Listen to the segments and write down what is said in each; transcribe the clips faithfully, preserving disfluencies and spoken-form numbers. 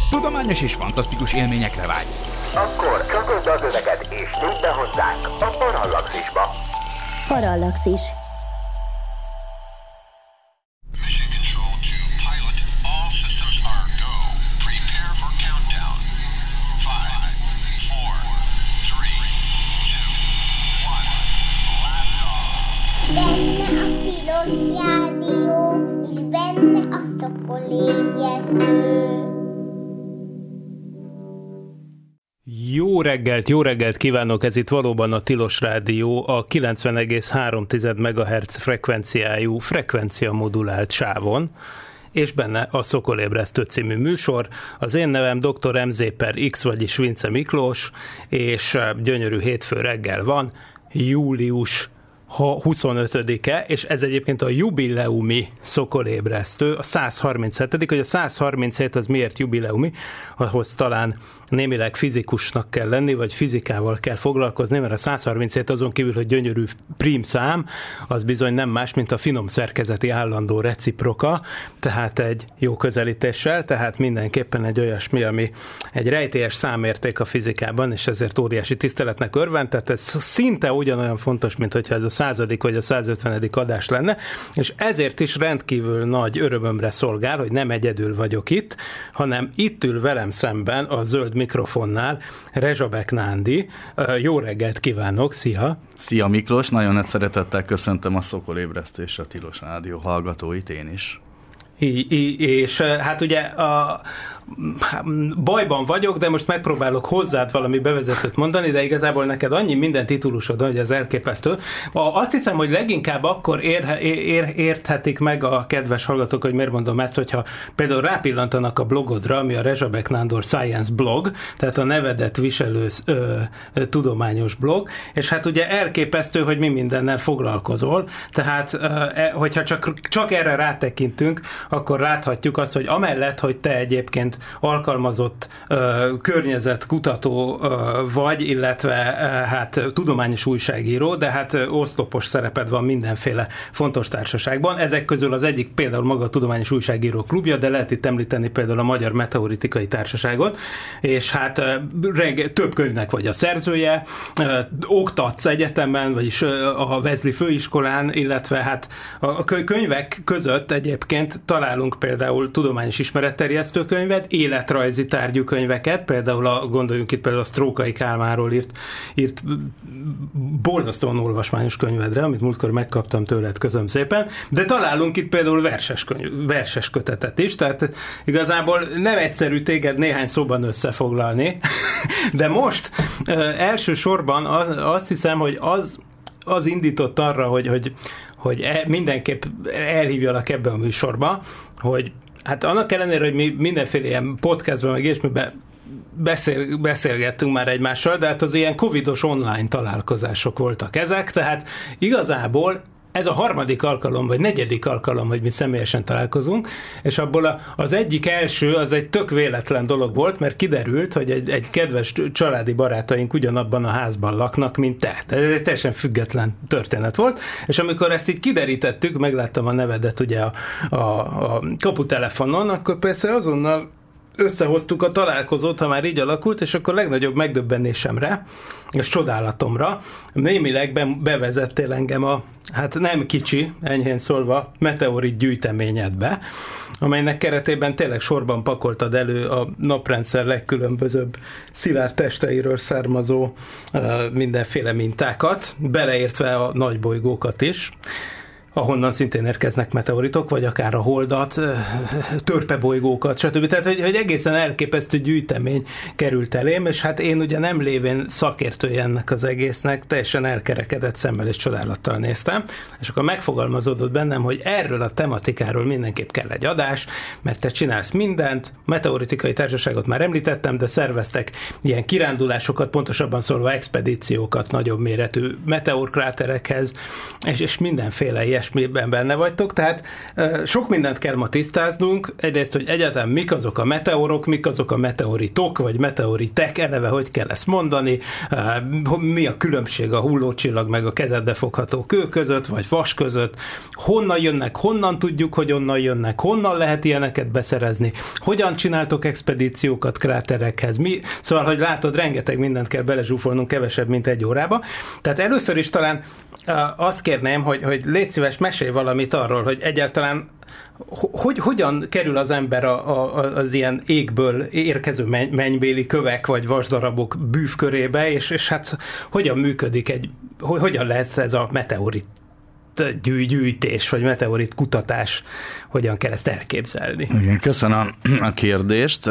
Tudományos és fantasztikus élményekre vágysz? Akkor csatold az öveket és nyújt be hozzánk a Parallaxisba. Parallaxis. Benne a Tilos Rádió, és benne a Szokolébresztő. Jó reggelt, jó reggelt kívánok, ez itt valóban a Tilos Rádió, a kilencven egész három megahertz frekvenciájú frekvencia modulált sávon, és benne a Szokolébresztő című műsor. Az én nevem doktor em zé per X, vagyis Vince Miklós, és gyönyörű hétfő reggel van, július huszonötödike, és ez egyébként a jubileumi Szokolébresztő, a száz harminchetedik, hogy a száz harminchét az miért jubileumi, ahhoz talán némileg fizikusnak kell lenni, vagy fizikával kell foglalkozni, mert a száz harminchét azon kívül, hogy gyönyörű prímszám, az bizony nem más, mint a finom szerkezeti állandó reciproka, tehát egy jó közelítéssel, tehát mindenképpen egy olyasmi, ami egy rejtélyes számérték a fizikában, és ezért óriási tiszteletnek örvend, tehát ez szinte ugyanolyan fontos, mint hogyha ez a századik vagy a százötvenedik adás lenne, és ezért is rendkívül nagy örömömre szolgál, hogy nem egyedül vagyok itt, hanem itt ül velem szemben a zöld mikrofonnál Rezsabek Nándi. Jó reggelt kívánok, szia! Szia Miklós, nagyon nagy szeretettel köszöntöm a Szokolébresztő és a Tilos Rádió hallgatóit én is. I, I, és hát ugye a bajban vagyok, de most megpróbálok hozzád valami bevezetőt mondani, de igazából neked annyi minden titulusod, hogy ez elképesztő. Azt hiszem, hogy leginkább akkor ér, ér, érthetik meg a kedves hallgatók, hogy miért mondom ezt, hogyha például rápillantanak a blogodra, ami a Rezsabek Nándor Science blog, tehát a nevedet viselő ö, ö, tudományos blog, és hát ugye elképesztő, hogy mi mindennel foglalkozol, tehát ö, hogyha csak, csak erre rátekintünk, akkor láthatjuk azt, hogy amellett, hogy te egyébként alkalmazott ö, környezetkutató ö, vagy, illetve ö, hát tudományos újságíró, de hát ö, oszlopos szereped van mindenféle fontos társaságban. Ezek közül az egyik például maga a Tudományos Újságíró Klubja, de lehet itt említeni például a Magyar Meteoritikai Társaságot, és hát ö, reg- több könyvnek vagy a szerzője, ö, oktatsz egyetemen, vagyis ö, a Wesley főiskolán, illetve hát a könyvek között egyébként találunk például tudományos ismeretterjesztő könyvet, életrajzi tárgyú könyveket, például a, gondoljunk itt például a Strókai Kálmánról írt, írt borzasztóan olvasmányos könyvedre, amit múltkor megkaptam tőled, köszönöm szépen, de találunk itt például verses, könyv, verses kötetet is, tehát igazából nem egyszerű téged néhány szóban összefoglalni, de most elsősorban azt hiszem, hogy az, az indított arra, hogy, hogy, hogy mindenképp elhívjalak ebbe a műsorba, hogy hát annak ellenére, hogy mi mindenféle ilyen podcastban, meg ilyesmiben beszél, beszélgettünk már egymással, de hát az ilyen covidos online találkozások voltak ezek, tehát igazából ez a harmadik alkalom, vagy negyedik alkalom, hogy mi személyesen találkozunk, és abból a, az egyik első, az egy tök véletlen dolog volt, mert kiderült, hogy egy, egy kedves családi barátaink ugyanabban a házban laknak, mint te. De ez egy teljesen független történet volt, és amikor ezt így kiderítettük, megláttam a nevedet ugye a, a, a kaputelefonon, akkor persze azonnal összehoztuk a találkozót, ha már így alakult, és akkor legnagyobb megdöbbenésemre, és csodálatomra némileg be, bevezettél engem a, hát nem kicsi, enyhén szólva, meteorit gyűjteményedbe, amelynek keretében tényleg sorban pakoltad elő a naprendszer legkülönbözőbb szilárd testeiről származó uh, mindenféle mintákat, beleértve a nagybolygókat is, ahonnan szintén érkeznek meteoritok, vagy akár a holdat, törpebolygókat, stb. Tehát, hogy, hogy egészen elképesztő gyűjtemény került elém, és hát én ugye nem lévén szakértője ennek az egésznek, teljesen elkerekedett szemmel és csodálattal néztem, és akkor megfogalmazódott bennem, hogy erről a tematikáról mindenképp kell egy adás, mert te csinálsz mindent, meteoritikai társaságot már említettem, de szerveztek ilyen kirándulásokat, pontosabban szólva expedíciókat nagyobb méretű meteorkráterekhez, és, és mindenféle ilyen ilyesmiben benne vagytok, tehát sok mindent kell ma tisztáznunk, egyrészt, hogy egyáltalán mik azok a meteorok, mik azok a meteoritok, vagy meteoritek, eleve hogy kell ezt mondani, mi a különbség a hullócsillag meg a kezedbe fogható kő között, vagy vas között, honnan jönnek, honnan tudjuk, hogy onnan jönnek, honnan lehet ilyeneket beszerezni, hogyan csináltok expedíciókat kráterekhez, mi, szóval, hogy látod, rengeteg mindent kell belezsúfolnunk kevesebb, mint egy órába. Tehát először is talán uh, azt kérném, hogy, hogy légy szíves, mesélj valamit arról, hogy egyáltalán hogy, hogyan kerül az ember a, a, az ilyen égből érkező mennybéli kövek vagy vasdarabok bűvkörébe, és, és hát hogyan működik egy, hogy, hogyan lehet ez a meteorit gyűjtés, vagy meteorit kutatás, hogyan kell ezt elképzelni? Igen, köszönöm a kérdést.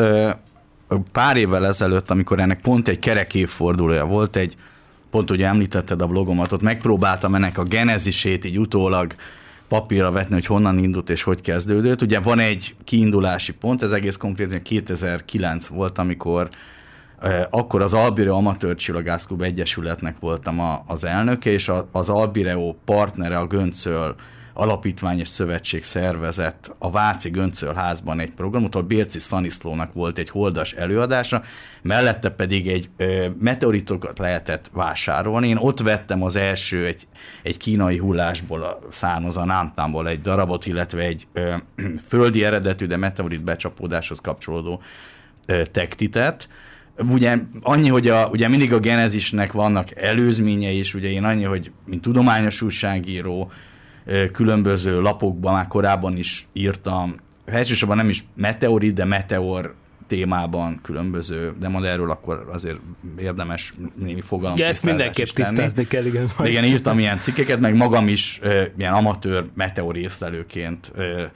Pár évvel ezelőtt, amikor ennek pont egy kerek évfordulója volt, egy, pont ugye említetted a blogomat, ott megpróbáltam ennek a genezisét így utólag papírra vetni, hogy honnan indult és hogy kezdődött. Ugye van egy kiindulási pont, ez egész konkrétan kétezer-kilenc volt, amikor eh, akkor az Albireo Amatőr Csillagászklub Egyesületnek voltam a, az elnöke, és a, az Albireo partnere, a Göncöl Alapítvány és Szövetség szervezett a Váci Göncöl házban egy programot, ahol Bérci Szaniszlónak volt egy holdas előadása, mellette pedig egy ö, meteoritokat lehetett vásárolni. Én ott vettem az első egy, egy kínai hullásból származó Námtánból egy darabot, illetve egy ö, földi eredetű, de meteorit becsapódáshoz kapcsolódó ö, tektitet. Ugye annyi, hogy a, ugye mindig a genezisnek vannak előzményei, és ugye én annyi, hogy mint tudományos újságíró, különböző lapokban már korábban is írtam, elsősorban nem is meteorit, de meteor témában különböző, de majd erről akkor azért érdemes némi fogalom. Ja, ezt mindenképp tisztázni kell, igen. De igen, írtam ilyen cikkeket, meg magam is e, ilyen amatőr meteorészlelőként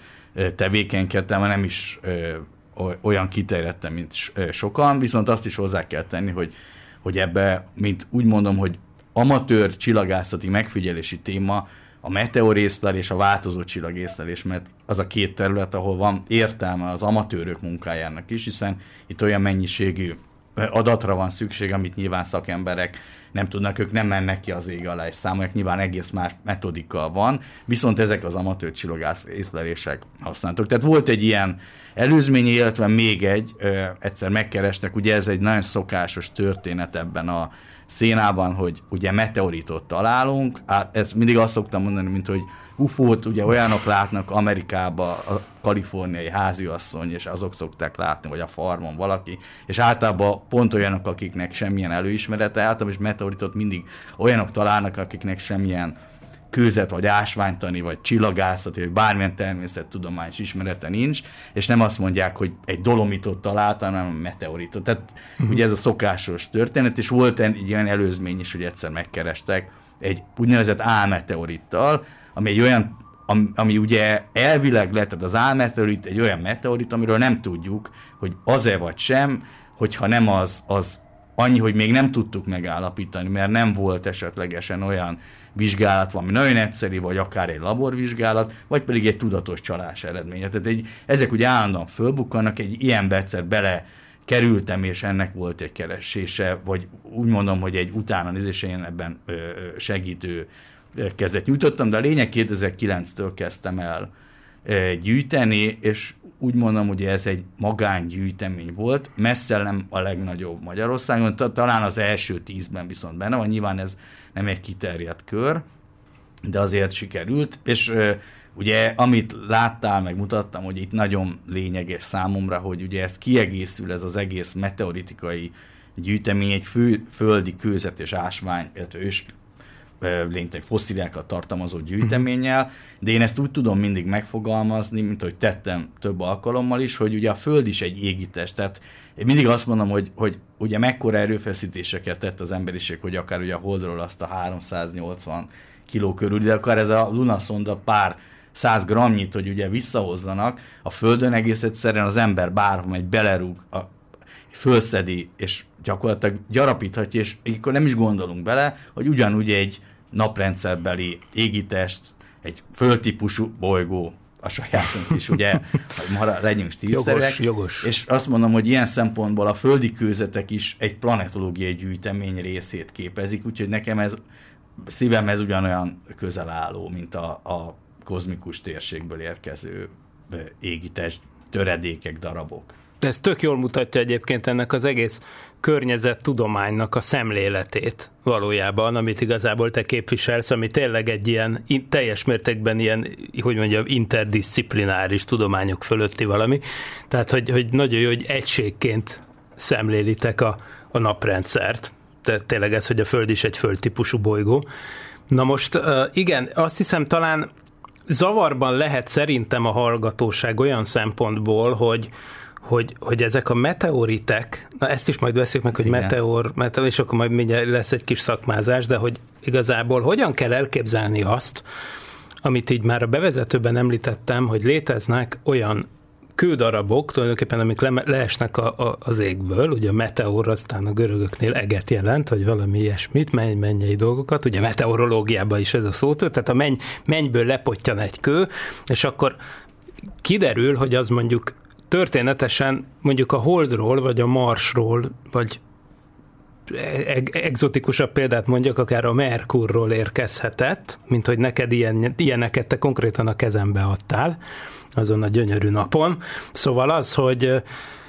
e, tevékenykedtem, mert nem is e, olyan kiterjedtem, mint sokan, viszont azt is hozzá kell tenni, hogy, hogy ebbe, mint úgy mondom, hogy amatőr csillagászati megfigyelési téma, a meteorészlelés, a változó csillagészlelés, mert az a két terület, ahol van értelme az amatőrök munkájának is, hiszen itt olyan mennyiségű adatra van szükség, amit nyilván szakemberek nem tudnak, ők nem mennek ki az ég alá és számolják, nyilván egész más metodika van, viszont ezek az amatőr csillagászlelések használhatók. Tehát volt egy ilyen előzmény, illetve még egy, ö, egyszer megkerestek, ugye ez egy nagyon szokásos történet ebben a szénában, hogy ugye meteoritot találunk, hát ezt mindig azt szoktam mondani, mint hogy ufót ugye olyanok látnak Amerikába, a kaliforniai háziasszony, és azok szokták látni, vagy a farmon valaki, és általában pont olyanok, akiknek semmilyen előismerete, általában is meteoritot mindig olyanok találnak, akiknek semmilyen kőzet, vagy ásványtani, vagy csillagászati, vagy bármilyen természettudományos ismerete nincs, és nem azt mondják, hogy egy dolomitot találta, hanem meteoritot. Tehát uh-huh. ugye ez a szokásos történet, és volt egy ilyen előzmény is, hogy egyszer megkerestek egy úgynevezett álmeteorittal, ami egy olyan, ami, ami ugye elvileg lett, tehát az álmeteorit egy olyan meteorit, amiről nem tudjuk, hogy az-e vagy sem, hogyha nem az, az annyi, hogy még nem tudtuk megállapítani, mert nem volt esetlegesen olyan vizsgálat, valami nagyon egyszerű, vagy akár egy laborvizsgálat, vagy pedig egy tudatos csalás eredménye. Tehát egy, ezek ugye állandóan fölbukkannak, egy ilyenbe egyszer bele kerültem, és ennek volt egy keresése, vagy úgy mondom, hogy egy utána nézése, én ebben ö, segítő kezdet nyújtottam, de a lényeg kétezer-kilenctől kezdtem el ö, gyűjteni, és úgy mondom, hogy ez egy magángyűjtemény volt, messze nem a legnagyobb Magyarországon, talán az első tízben viszont benne van, nyilván ez nem egy kiterjedt kör, de azért sikerült, és ö, ugye amit láttál, meg mutattam, hogy itt nagyon lényeges számomra, hogy ugye ez kiegészül, ez az egész meteoritikai gyűjtemény egy fő, földi kőzet és ásvány, illetve ős lénytelen fosszíliákat tartalmazó gyűjteménnyel, de én ezt úgy tudom mindig megfogalmazni, mint hogy tettem több alkalommal is, hogy ugye a Föld is egy égitest, tehát én mindig azt mondom, hogy, hogy ugye mekkora erőfeszítéseket tett az emberiség, hogy akár ugye a Holdról azt a háromszáznyolcvan kiló körül, de akár ez a lunaszonda pár száz grammnyit, hogy ugye visszahozzanak, a Földön egész egyszerűen az ember bárhol megy, belerúg, a fölszedi, és gyakorlatilag gyarapíthatja, és akkor nem is gondolunk bele, hogy ugyanúgy egy naprendszerbeli égitest, egy földtípusú bolygó a sajátunk is, ugye, hogy marad, legyünk stílszerűek. Jogos, jogos. És azt mondom, hogy ilyen szempontból a földi kőzetek is egy planetológiai gyűjtemény részét képezik, úgyhogy nekem ez szívemhez ugyanolyan közel álló, mint a, a kozmikus térségből érkező égi test, töredékek, darabok. De ez tök jól mutatja egyébként ennek az egész környezettudománynak a szemléletét valójában, amit igazából te képviselsz, ami tényleg egy ilyen teljes mértékben ilyen, hogy mondjam, interdisziplináris tudományok fölötti valami. Tehát, hogy, hogy nagyon jó, hogy egységként szemlélitek a, a naprendszert. Tehát tényleg ez, hogy a Föld is egy földtípusú bolygó. Na most igen, azt hiszem talán zavarban lehet szerintem a hallgatóság olyan szempontból, hogy Hogy, hogy ezek a meteoritek, na ezt is majd beszéljük meg, hogy igen. meteor, meteor, és akkor majd mindjárt lesz egy kis szakmázás, de hogy igazából hogyan kell elképzelni azt, amit így már a bevezetőben említettem, hogy léteznek olyan kődarabok, tulajdonképpen amik le, leesnek a, a, az égből, ugye a meteor aztán a görögöknél eget jelent, vagy valami ilyesmit, menny, mennyei dolgokat, ugye meteorológiában is ez a szótő, tehát a menny, mennyből lepottyan egy kő, és akkor kiderül, hogy az mondjuk történetesen mondjuk a Holdról, vagy a Marsról, vagy egzotikusabb példát mondjak, akár a Merkurról érkezhetett, mint hogy neked ilyen, ilyeneket te konkrétan a kezembe adtál azon a gyönyörű napon. Szóval az, hogy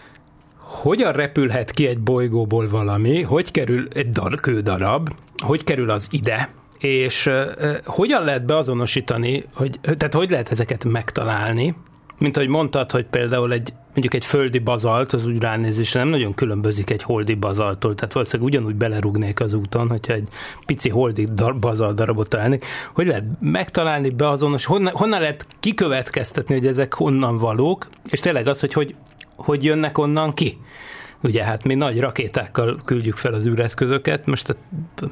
hogyan repülhet ki egy bolygóból valami, hogy kerül egy dar, kődarab, hogy kerül az ide, és uh, hogyan lehet beazonosítani, hogy, tehát hogy lehet ezeket megtalálni, mint ahogy mondtad, hogy például egy, mondjuk egy földi bazalt, az úgy ránézésre nem nagyon különbözik egy holdi bazalttól, tehát valószínűleg ugyanúgy belerúgnék az úton, hogyha egy pici holdi dar, bazalt darabot találnék. Hogy lehet megtalálni, beazonos, honnan, honnan lehet kikövetkeztetni, hogy ezek honnan valók, és tényleg az, hogy hogy, hogy jönnek onnan ki. Ugye hát mi nagy rakétákkal küldjük fel az űreszközöket, most a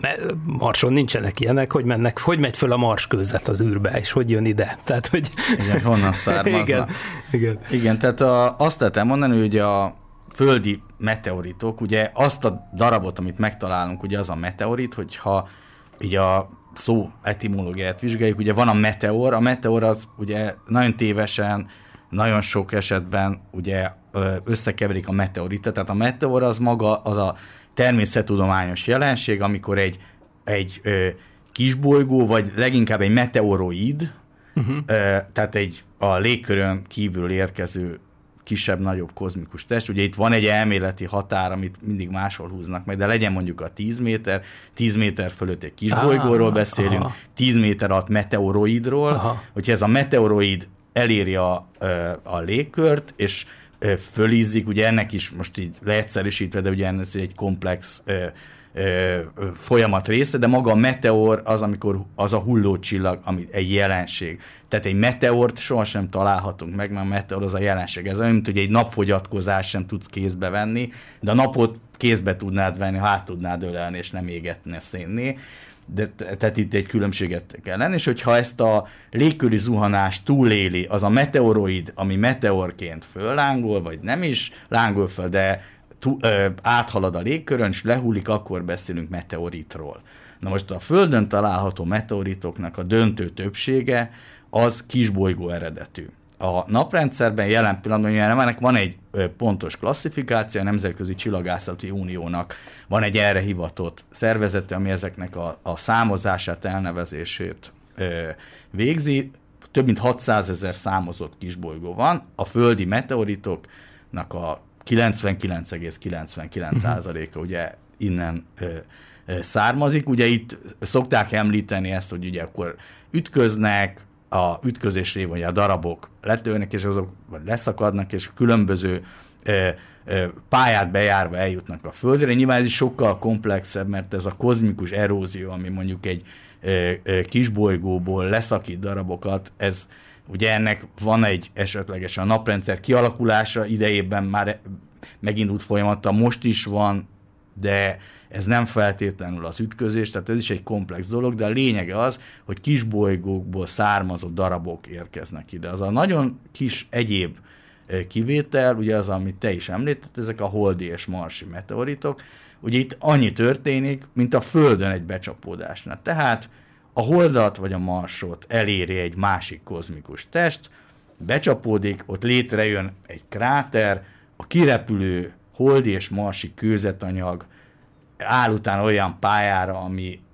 Marson nincsenek ilyenek, hogy mennek, hogy megy föl a marskőzet az űrbe, és hogy jön ide. Tehát, hogy... Igen, honnan származnak. Igen, igen. Igen, tehát a, azt lehet elmondani, hogy a földi meteoritok, ugye azt a darabot, amit megtalálunk, ugye az a meteorit, hogyha ugye a szó etimológiát vizsgáljuk, ugye van a meteor, a meteor az ugye nagyon tévesen, nagyon sok esetben ugye összekeverik a meteoritet, tehát a meteor az maga az a természettudományos jelenség, amikor egy, egy ö, kisbolygó, vagy leginkább egy meteoroid, uh-huh. ö, tehát egy a légkörön kívül érkező kisebb-nagyobb kozmikus test. Ugye itt van egy elméleti határ, amit mindig máshol húznak meg, de legyen mondjuk a tíz méter, tíz méter fölött egy kisbolygóról ah, beszélünk, aha. tíz méter alatt meteoroidról, aha. hogyha ez a meteoroid eléri a, a légkört, és fölízzik, ugye ennek is most így leegyszerűsítve, de ugye ez egy komplex ö, ö, folyamat része, de maga a meteor az, amikor az a hullócsillag, ami egy jelenség. Tehát egy meteort sohasem találhatunk meg, mert a meteor az a jelenség. Ez olyan, mint hogy egy napfogyatkozás sem tudsz kézbe venni, de a napot kézbe tudnád venni, ha át tudnád ölelni, és nem égetne szénné. De, tehát itt egy különbséget kell lenni, és hogyha ezt a légköri zuhanást túléli az a meteoroid, ami meteorként föllángol, vagy nem is lángol föl, de tú, ö, áthalad a légkörön, és lehullik, akkor beszélünk meteoritról. Na most a Földön található meteoritoknak a döntő többsége az kisbolygó eredetű. A naprendszerben jelen pillanatban ennek van egy pontos klasszifikáció, a Nemzetközi Csillagászati Uniónak van egy erre hivatott szervezete, ami ezeknek a, a számozását, elnevezését ö, végzi. Több mint hatszázezer számozott kisbolygó van. A földi meteoritoknak a kilencvenkilenc egész kilencvenkilenc százaléka ugye innen ö, ö, származik. Ugye itt szokták említeni ezt, hogy ugye akkor ütköznek, a ütközés révén, hogy a darabok letörnek, és azok leszakadnak, és különböző ö, ö, pályát bejárva eljutnak a Földre. Nyilván ez is sokkal komplexebb, mert ez a kozmikus erózió, ami mondjuk egy ö, ö, kisbolygóból leszakít darabokat, ez ugye ennek van egy esetlegesen a naprendszer kialakulása idejében már megindult folyamata, most is van, de ez nem feltétlenül az ütközés, tehát ez is egy komplex dolog, de a lényege az, hogy kisbolygókból származó darabok érkeznek ide. Az a nagyon kis egyéb kivétel, ugye az, amit te is említett, ezek a holdi és marsi meteoritok. Ugye itt annyi történik, mint a Földön egy becsapódásnál. Tehát a holdat vagy a marsot eléri egy másik kozmikus test, becsapódik, ott létrejön egy kráter, a kirepülő holdi és marsi kőzetanyag áll utána olyan pályára, ami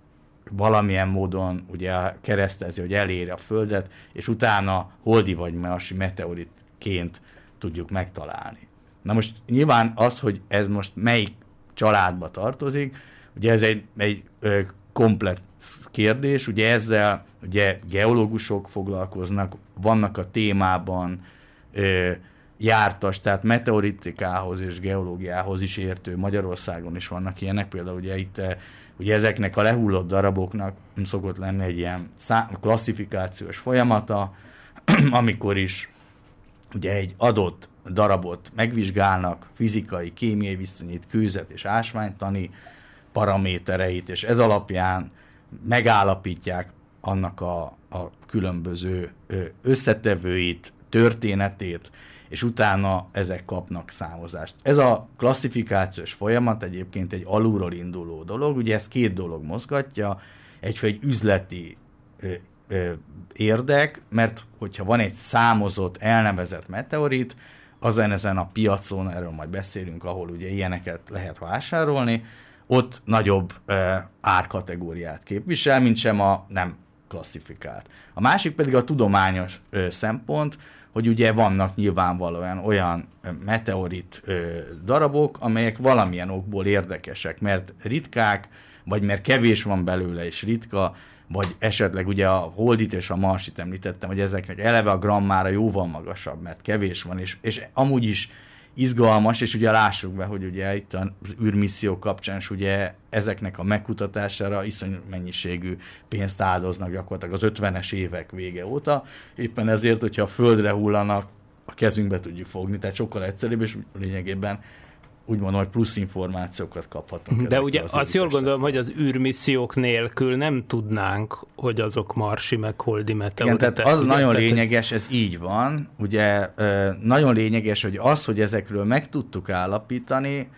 valamilyen módon ugye keresztezi, hogy eléri a Földet, és utána holdi vagy marsi meteoritként tudjuk megtalálni. Na most nyilván az, hogy ez most melyik családba tartozik, ugye ez egy, egy ö, komplex kérdés, ugye ezzel ugye geológusok foglalkoznak, vannak a témában ö, jártas, tehát meteoritikához és geológiához is értő, Magyarországon is vannak ilyenek, például ugye itt ugye ezeknek a lehullott daraboknak szokott lenni egy ilyen szá- klasszifikációs folyamata, amikor is ugye egy adott darabot megvizsgálnak, fizikai, kémiai viszonyít, kőzet és ásványtani paramétereit, és ez alapján megállapítják annak a, a különböző összetevőit, történetét, és utána ezek kapnak számozást. Ez a klasszifikációs folyamat egyébként egy alulról induló dolog, ugye ez két dolog mozgatja, egyfajta egy üzleti ö, ö, érdek, mert hogyha van egy számozott, elnevezett meteorit, azon ezen a piacon, erről majd beszélünk, ahol ugye ilyeneket lehet vásárolni, ott nagyobb ö, árkategóriát képvisel, mint sem a nem klasszifikált. A másik pedig a tudományos ö, szempont, hogy ugye vannak nyilvánvalóan olyan meteorit ö, darabok, amelyek valamilyen okból érdekesek, mert ritkák, vagy mert kevés van belőle és ritka, vagy esetleg ugye a holdit és a marsit említettem, hogy ezeknek eleve a grammára jóval magasabb, mert kevés van, és, és amúgy is izgalmas, és ugye lássuk be, hogy ugye itt az űrmisszió kapcsán is ugye ezeknek a megkutatására iszonyú mennyiségű pénzt áldoznak gyakorlatilag az ötvenes évek vége óta. Éppen ezért, hogyha a Földre hullanak, a kezünkbe tudjuk fogni, tehát sokkal egyszerűbb, és lényegében úgy mondom, hogy plusz információkat kaphatunk. De ugye az azt jól gondolom, hogy az űrmissziók nélkül nem tudnánk, hogy azok marsi meg holdi meteoritek. Igen, tehát az ugye, nagyon tehát, lényeges, ez így van. Ugye nagyon lényeges, hogy az, hogy ezekről meg tudtuk állapítani,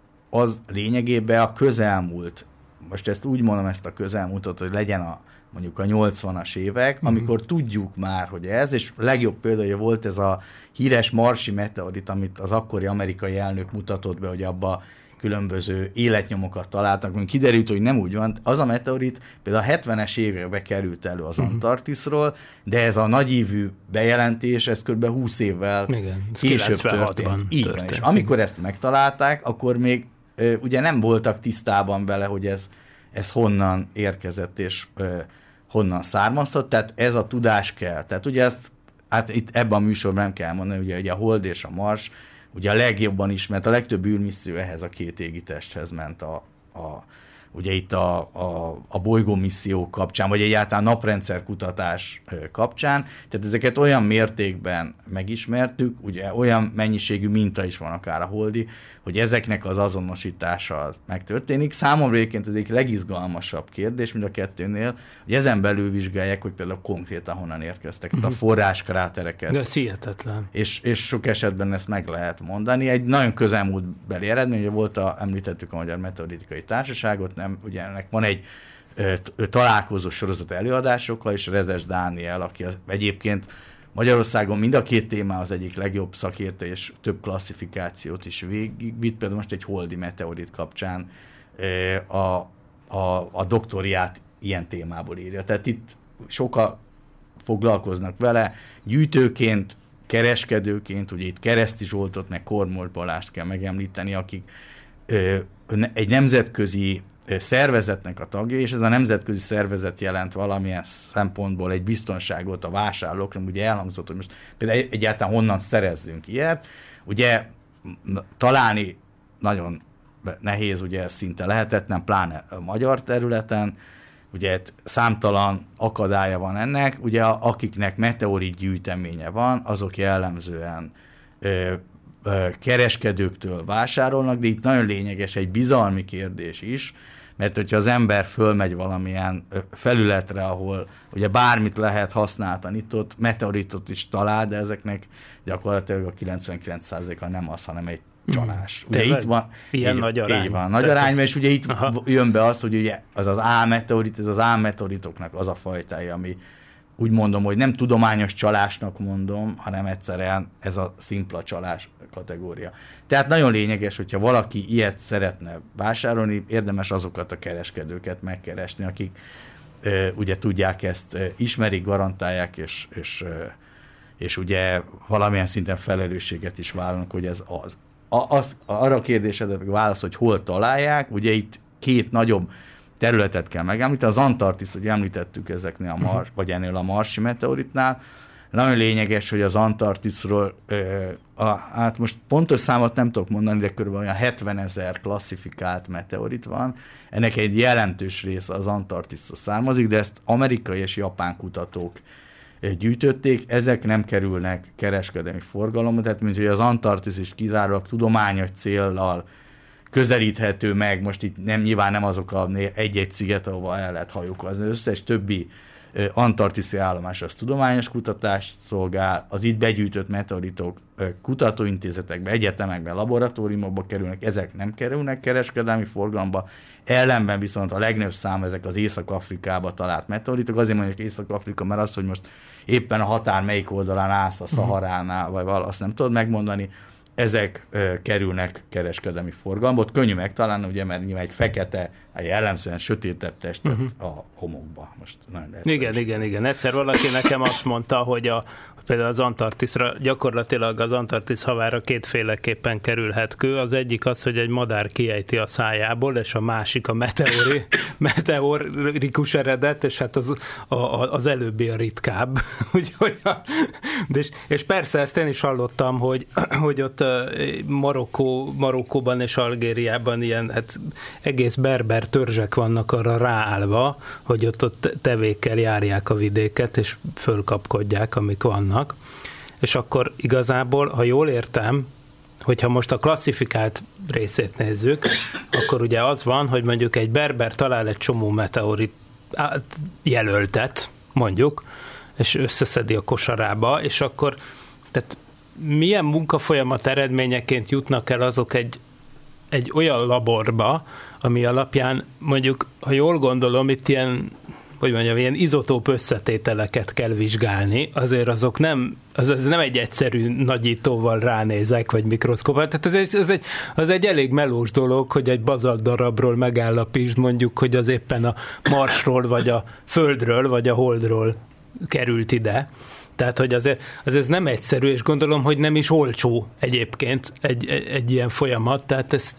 az lényegében a közelmúlt, most ezt úgy mondom, ezt a közelmúltat, hogy legyen a mondjuk a nyolcvanas évek, uh-huh. amikor tudjuk már, hogy ez, és a legjobb példája volt ez a híres marsi meteorit, amit az akkori amerikai elnök mutatott be, hogy abba különböző életnyomokat találtak, amikor kiderült, hogy nem úgy van. Az a meteorit például a hetvenes évekbe került elő az uh-huh. Antarktiszról, de ez a nagyívű bejelentés, ez kb. húsz évvel igen, később történt. Így van, és amikor ezt megtalálták, akkor még ugye nem voltak tisztában vele, hogy ez, ez honnan érkezett, és honnan származtott, tehát ez a tudás kell. Tehát ugye ezt, hát itt ebben a műsorban nem kell mondani, ugye, ugye a Hold és a Mars, ugye a legjobban ismert, a legtöbb űrmisszió ehhez a két égitesthez ment a, a ugye itt a, a, a bolygómisszió kapcsán, vagy egyáltalán naprendszerkutatás kapcsán, tehát ezeket olyan mértékben megismertük, ugye olyan mennyiségű minta is van akár a holdi, hogy ezeknek az azonosítása az megtörténik. Számomra egyébként ez egy legizgalmasabb kérdés, mint a kettőnél, hogy ezen belül vizsgálják, hogy például konkrétan honnan érkeztek, uh-huh. a forráskrátereket. De ez hihetetlen. És, és sok esetben ezt meg lehet mondani. Egy nagyon közelmúltbeli eredmény, ugye volt a, említettük a Magyar Meteoritikai Társaságot, nem, ugye ennek van egy ö, találkozó sorozat előadásokkal, és Rezes Dániel, aki az, egyébként Magyarországon mind a két téma az egyik legjobb szakértő, és több klasszifikációt is végigvitt, például most egy holdi meteorit kapcsán ö, a, a, a doktoriát ilyen témából írja. Tehát itt sokan foglalkoznak vele, gyűjtőként, kereskedőként, ugye itt Kereszti Zsoltot, meg Kormolt Balást kell megemlíteni, akik ö, egy nemzetközi szervezetnek a tagja, és ez a nemzetközi szervezet jelent valamilyen szempontból egy biztonságot a vásárlóknak, ugye elhangzott, hogy most például egyáltalán honnan szerezzünk ilyet. Ugye találni nagyon nehéz, ugye szinte lehetetlen, pláne a magyar területen, ugye számtalan akadálya van ennek, ugye akiknek meteorit gyűjteménye van, azok jellemzően ö, ö, kereskedőktől vásárolnak, de itt nagyon lényeges egy bizalmi kérdés is, mert hogyha az ember fölmegy valamilyen felületre, ahol ugye bármit lehet használni, itt ott meteoritot is talál, de ezeknek gyakorlatilag a kilencvenkilenc százaléka nem az, hanem egy csalás. Ugye itt van, ilyen így, nagy arány. Így van, nagy arány, és ugye itt aha. jön be az, hogy ugye az az A-meteorit, ez az A-meteoritoknak az a fajtája, ami úgy mondom, hogy nem tudományos csalásnak mondom, hanem egyszerűen ez a szimpla csalás kategória. Tehát nagyon lényeges, hogyha valaki ilyet szeretne vásárolni, érdemes azokat a kereskedőket megkeresni, akik e, ugye tudják ezt, e, ismerik, garantálják, és, és, e, és ugye valamilyen szinten felelősséget is vállalnak, hogy ez az. A, az arra a kérdésedre válasz, hogy hol találják, ugye itt két nagyobb területet kell megemlíteni. Az Antarktisz, hogy említettük ezeknél a Mars, vagy ennél a marsi meteoritnál. Nagyon lényeges, hogy az Antarktiszról, hát most pontos számot nem tudok mondani, de kb. Olyan hetvenezer klasszifikált meteorit van. Ennek egy jelentős része az Antarktisztól származik, de ezt amerikai és japán kutatók gyűjtötték, ezek nem kerülnek kereskedelmi forgalomba, tehát mint hogy az Antarktisz is kizárólag tudományos céllal közelíthető meg, most itt nem, nyilván nem azok a egy-egy sziget, ahova el lehet hajókozni, az összes többi antarktiszi állomás az tudományos kutatást szolgál, az itt begyűjtött meteoritok kutatóintézetekbe, egyetemekben, laboratóriumokba kerülnek, ezek nem kerülnek kereskedelmi forgalomba, ellenben viszont a legnagyobb szám ezek az Észak-Afrikába talált meteoritok, azért mondjuk Észak-Afrika, mert az, hogy most éppen a határ melyik oldalán állsz, a Szaharánál, vagy valahogy, azt nem tudod megmondani, ezek ö, kerülnek kereskedelmi forgalomba. Ott könnyű megtalálni, ugye, mert nyilván egy fekete, egy jellemzően sötétebb testet uh-huh. a homokba. Most igen, igen, igen. Egyszer valaki nekem azt mondta, hogy a, például az Antarktiszra, gyakorlatilag az Antarktisz havára kétféleképpen kerülhet kő. Az egyik az, hogy egy madár kiejti a szájából, és a másik a meteori, meteorikus eredet, és hát az, a, az előbbi a ritkább. Úgyhogy a, és, és persze ezt én is hallottam, hogy, hogy ott Marokkó, Marokkóban és Algériában ilyen hát egész berber törzsek vannak arra ráállva, hogy ott, ott tevékkel járják a vidéket, és fölkapkodják, amik vannak. És akkor igazából, ha jól értem, hogyha most a klasszifikált részét nézzük, akkor ugye az van, hogy mondjuk egy berber talál egy csomó meteorit jelöltet, mondjuk, és összeszedi a kosarába, és akkor tehát milyen munkafolyamat eredményeként jutnak el azok egy, egy olyan laborba, ami alapján mondjuk, ha jól gondolom, itt ilyen, hogy mondjam, ilyen izotóp összetételeket kell vizsgálni, azért azok nem, az, az nem egy egyszerű nagyítóval ránézek, vagy mikroszkóppal, tehát az egy, az, egy, az egy elég melós dolog, hogy egy bazalt darabról megállapítsd mondjuk, hogy az éppen a Marsról, vagy a Földről, vagy a Holdról került ide. Tehát, hogy azért, azért ez nem egyszerű, és gondolom, hogy nem is olcsó egyébként egy, egy, egy ilyen folyamat, tehát ez,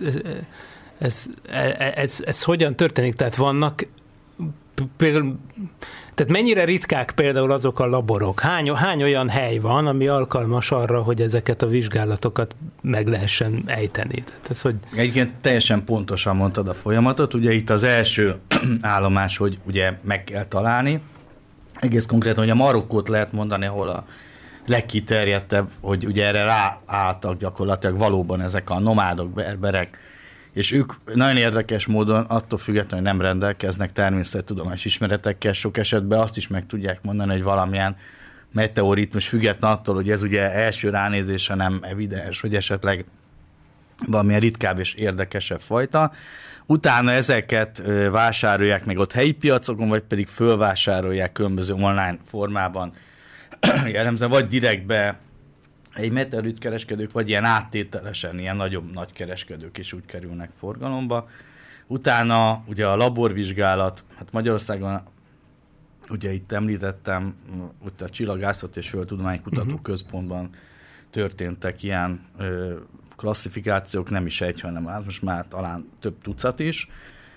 ez, ez, ez, ez hogyan történik? Tehát vannak például, tehát mennyire ritkák például azok a laborok? Hány, hány olyan hely van, ami alkalmas arra, hogy ezeket a vizsgálatokat meg lehessen ejteni? Tehát ez, hogy... Egyébként teljesen pontosan mondtad a folyamatot, ugye itt az első állomás, hogy ugye meg kell találni, egész konkrétan, hogy a Marokkót lehet mondani, ahol a legkiterjedtebb, hogy ugye erre ráálltak gyakorlatilag valóban ezek a nomádok, berberek, és ők nagyon érdekes módon attól függetlenül, hogy nem rendelkeznek természettudományos ismeretekkel, sok esetben azt is meg tudják mondani, hogy valamilyen meteoritmus független attól, hogy ez ugye első ránézése nem evidens, hogy esetleg valamilyen ritkább és érdekesebb fajta. Utána ezeket vásárolják meg ott helyi piacokon, vagy pedig fölvásárolják különböző online formában, jellemzően vagy direktbe egy meteorit kereskedők, vagy ilyen áttételesen, ilyen nagyobb nagy kereskedők is úgy kerülnek forgalomba. Utána ugye a laborvizsgálat, hát Magyarországon ugye itt említettem, ott a Csillagászat és Földtudományi Kutató Központban történtek ilyen ö, klasszifikációk, nem is egy, hanem hát most már talán több tucat is,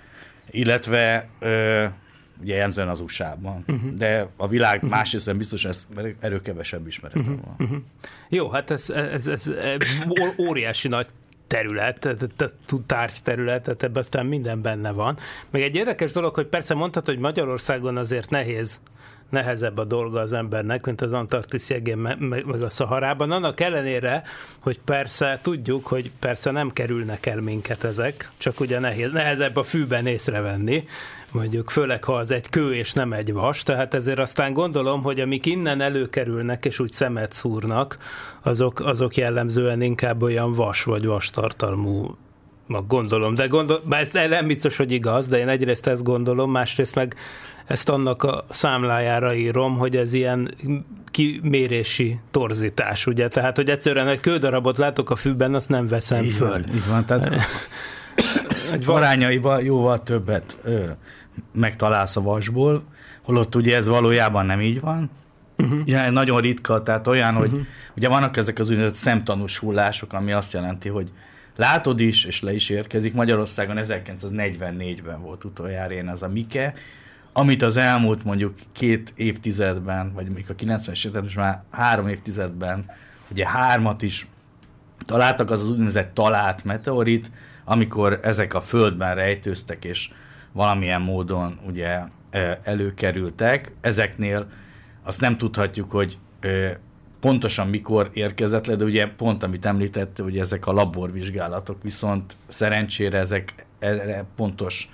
illetve ö, ugye jellemzően az u es á-ban, uh-huh. de a világ uh-huh. másrészt biztos, ez erről kevesebb ismeretem uh-huh. van. Uh-huh. Jó, hát ez, ez, ez óriási nagy terület, tárgyterület, tehát ebben aztán minden benne van. Meg egy érdekes dolog, hogy persze mondtad, hogy Magyarországon azért nehéz, nehezebb a dolga az embernek, mint az Antarktisz jegén, meg a Szaharában. Annak ellenére, hogy persze tudjuk, hogy persze nem kerülnek el minket ezek, csak ugye nehéz, nehezebb a fűben észrevenni, mondjuk főleg, ha az egy kő és nem egy vas, tehát ezért aztán gondolom, hogy amik innen előkerülnek és úgy szemet szúrnak, azok, azok jellemzően inkább olyan vas vagy vastartalmú Mag gondolom, de gondol, bár ez nem biztos, hogy igaz, de én egyrészt ezt gondolom, másrészt meg ezt annak a számlájára írom, hogy ez ilyen kimérési torzítás, ugye? Tehát, hogy egyszerűen egy kődarabot látok a fűben, azt nem veszem így föl. Van, így van, tehát egy arányaiban jóval többet ö, megtalálsz a vasból, holott ugye ez valójában nem így van. Uh-huh. Ja, nagyon ritka, tehát olyan, hogy uh-huh. ugye vannak ezek az úgynevezett szemtanús hullások, ami azt jelenti, hogy látod is, és le is érkezik. Magyarországon ezerkilencszáznegyvennégyben volt utoljára ilyen az a Mike, amit az elmúlt mondjuk két évtizedben, vagy még a kilencvenes években, most már három évtizedben, ugye hármat is találtak, az az úgynevezett talált meteorit, amikor ezek a földben rejtőztek, és valamilyen módon ugye előkerültek. Ezeknél azt nem tudhatjuk, hogy pontosan mikor érkezett le, de ugye pont, amit említette, hogy ezek a laborvizsgálatok, viszont szerencsére ezek erre pontos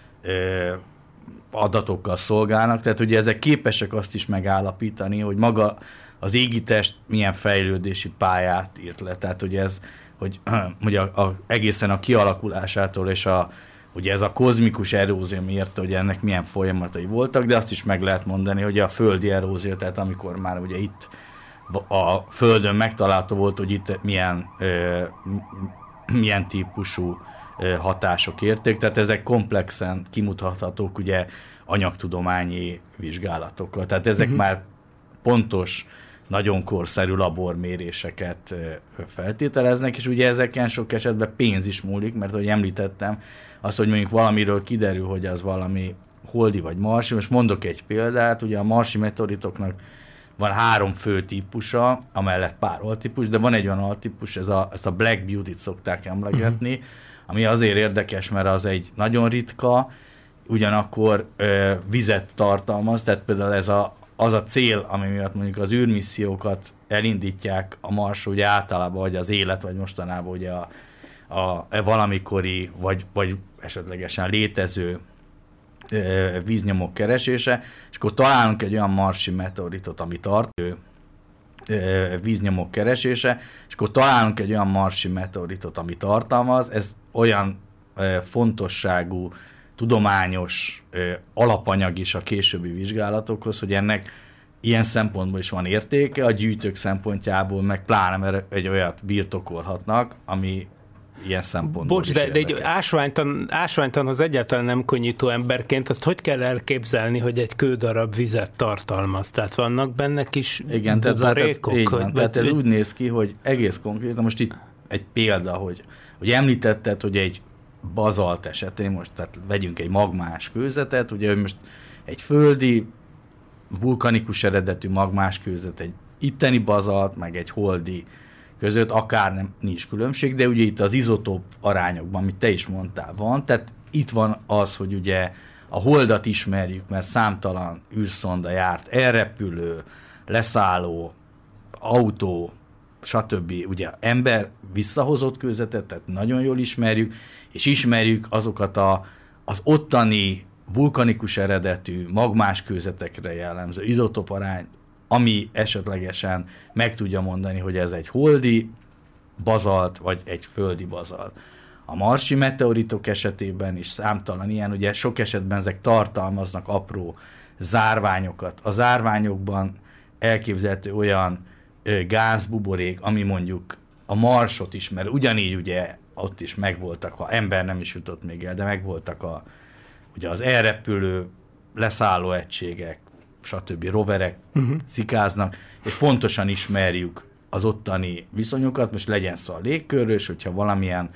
adatokkal szolgálnak, tehát ugye ezek képesek azt is megállapítani, hogy maga az égitest milyen fejlődési pályát írt le, tehát ugye ez, hogy ugye a, a, egészen a kialakulásától és a, ugye ez a kozmikus erózió miért, hogy ennek milyen folyamatai voltak, de azt is meg lehet mondani, hogy a földi erózió, tehát amikor már ugye itt a Földön megtalálható volt, hogy itt milyen, ö, milyen típusú ö, hatások érték, tehát ezek komplexen kimutathatók ugye anyagtudományi vizsgálatokkal. Tehát ezek uh-huh. már pontos, nagyon korszerű laborméréseket ö, feltételeznek, és ugye ezeken sok esetben pénz is múlik, mert ahogy említettem, az, hogy mondjuk valamiről kiderül, hogy az valami holdi vagy marsi. Most mondok egy példát, ugye a marsi meteoritoknak van három fő típusa, amellett pár altípus, de van egy olyan altípus, ez a, ezt a Black Beauty-t szokták emlegetni, uh-huh. ami azért érdekes, mert az egy nagyon ritka, ugyanakkor ö, vizet tartalmaz, tehát például ez a, az a cél, ami miatt mondjuk az űrmissziókat elindítják a Marsra, ugye általában, vagy az élet, vagy mostanában ugye a, a, a valamikori, vagy, vagy esetlegesen létező víznyomok keresése, és akkor találunk egy olyan marsi meteoritot, ami tart, víznyomok keresése, és akkor találunk egy olyan marsi meteoritot, ami tartalmaz, ez olyan fontosságú, tudományos alapanyag is a későbbi vizsgálatokhoz, hogy ennek ilyen szempontból is van értéke, a gyűjtők szempontjából, meg pláne, mert egy olyat birtokolhatnak, ami ilyen szempontból Bocs, is de, de egy ásványtan, ásványtanhoz egyáltalán nem könnyítő emberként, azt hogy kell elképzelni, hogy egy kődarab vizet tartalmaz? Tehát vannak benne kis igen, buborékok? Tehát, hogy, van, tehát ez úgy néz ki, hogy egész konkrétan, most itt egy példa, hogy, hogy említetted, hogy egy bazalt esetén, most tehát vegyünk egy magmás kőzetet, ugye most egy földi, vulkanikus eredetű magmás kőzet, egy itteni bazalt, meg egy holdi között akár nem, nincs különbség, de ugye itt az izotóp arányokban, amit te is mondtál, van, tehát itt van az, hogy ugye a holdat ismerjük, mert számtalan űrszonda járt, elrepülő, leszálló, autó, stb. Ugye ember visszahozott kőzetet, tehát nagyon jól ismerjük, és ismerjük azokat a, az ottani vulkanikus eredetű magmás kőzetekre jellemző izotóp arányt, ami esetlegesen meg tudja mondani, hogy ez egy holdi bazalt, vagy egy földi bazalt. A marsi meteoritok esetében is számtalan ilyen, ugye sok esetben ezek tartalmaznak apró zárványokat. A zárványokban elképzelhető olyan ö, gázbuborék, ami mondjuk a Marsot is, mert ugyanígy ugye ott is megvoltak, ha ember nem is jutott még el, de megvoltak a, ugye az elrepülő, leszálló egységek, stb. Roverek uh-huh. cikáznak, és pontosan ismerjük az ottani viszonyokat, most legyen szó a légkörről, és hogyha valamilyen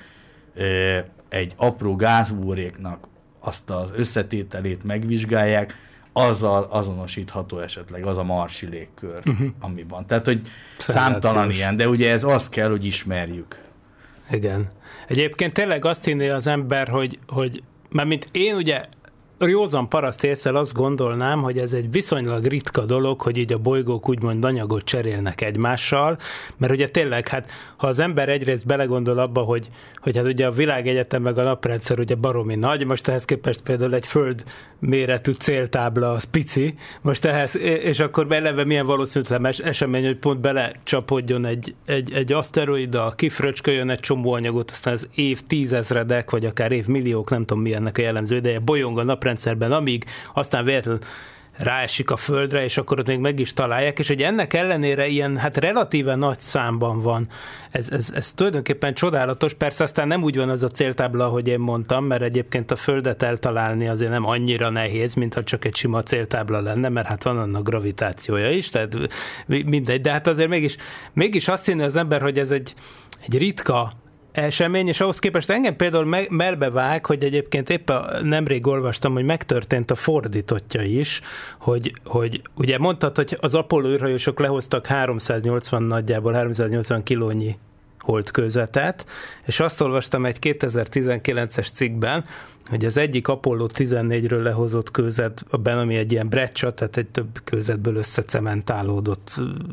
ö, egy apró gázbuboréknak azt az összetételét megvizsgálják, azzal azonosítható esetleg az a marsi légkör, uh-huh. ami van. Tehát, hogy számtalan ilyen, de ugye ez azt kell, hogy ismerjük. Igen. Egyébként tényleg azt hinné az ember, hogy, hogy mert mint én ugye józan paraszt ésszel azt gondolnám, hogy ez egy viszonylag ritka dolog, hogy így a bolygók úgymond anyagot cserélnek egymással, mert ugye tényleg, hát ha az ember egyrészt belegondol abba, hogy, hogy hát ugye a világegyetem meg a naprendszer ugye baromi nagy, most ehhez képest például egy föld méretű céltábla az pici, most ehhez, és akkor eleve milyen valószínűtlen esemény, hogy pont belecsapodjon egy, egy, egy aszteroida, kifröcsköljön egy csomó anyagot, aztán az év tízezredek, vagy akár évmilliók, nem tudom mi ennek a jellemző ideje, bolyong a naprendszerben, amíg aztán véletlenül ráesik a Földre, és akkor ott még meg is találják, és hogy ennek ellenére ilyen, hát relatíve nagy számban van. Ez, ez, ez tulajdonképpen csodálatos, persze aztán nem úgy van az a céltábla, ahogy én mondtam, mert egyébként a Földet eltalálni azért nem annyira nehéz, mintha csak egy sima céltábla lenne, mert hát van annak gravitációja is, tehát mindegy, de hát azért mégis, mégis azt hinni az ember, hogy ez egy, egy ritka esemény, és ahhoz képest engem például melbevág, hogy egyébként éppen nemrég olvastam, hogy megtörtént a fordítottja is, hogy, hogy ugye mondtad, hogy az Apollo űrhajósok lehoztak háromszáznyolcvan nagyjából háromszáznyolcvan kilónyi holdkőzetet, és azt olvastam egy kétezer-tizenkilences cikkben, hogy az egyik Apollo tizennégyről lehozott kőzetben, ami egy ilyen breccia, tehát egy több kőzetből összecementálódott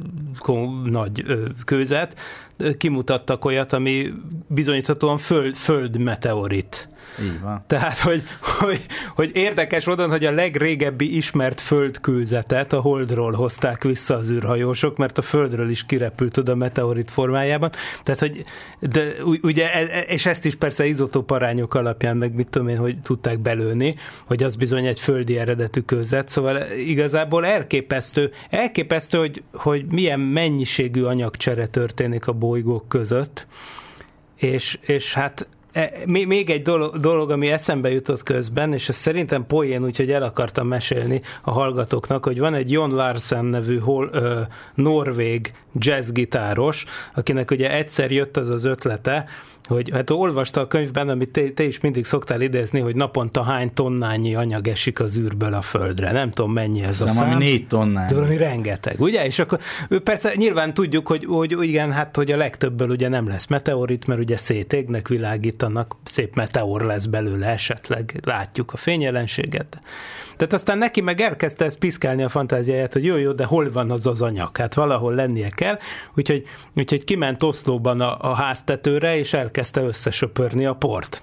nagy kőzet, kimutattak olyat, ami bizonyíthatóan föld, földmeteorit. Így van. Tehát, hogy, hogy, hogy érdekes módon, hogy a legrégebbi ismert földkőzetet a Holdról hozták vissza az űrhajósok, mert a Földről is kirepült oda meteorit formájában. Tehát, hogy de, ugye, és ezt is persze izotóparányok alapján, meg mit tudom én, hogy tudták belőni, hogy az bizony egy földi eredetű kőzet, szóval igazából elképesztő, elképesztő, hogy, hogy milyen mennyiségű anyagcsere történik a bolygók között, és, és hát még egy dolog, dolog, ami eszembe jutott közben, és ez szerintem poén, úgyhogy el akartam mesélni a hallgatóknak, hogy van egy Jon Larsen nevű hol, ö, norvég jazzgitáros, akinek ugye egyszer jött az az ötlete, hogy hát olvasta a könyvben, amit te, te is mindig szoktál idézni, hogy naponta hány tonnányi anyag esik az űrből a Földre. Nem tudom, mennyi ez a szám. Ami négy tonnányi. De valami rengeteg, ugye? És akkor ő persze nyilván tudjuk, hogy, hogy igen, hát hogy a legtöbbből ugye nem lesz meteorit, mert ugye szétégnek, világítanak, szép meteor lesz belőle esetleg, látjuk a fényjelenséget. Tehát aztán neki meg elkezdte ezt piszkálni a fantáziáját, hogy jó, jó, de hol van az az anyag? Hát valahol lennie kell, úgyhogy, úgyhogy kiment Oszlóban a, a háztetőre, és elkezdte összesöpörni a port.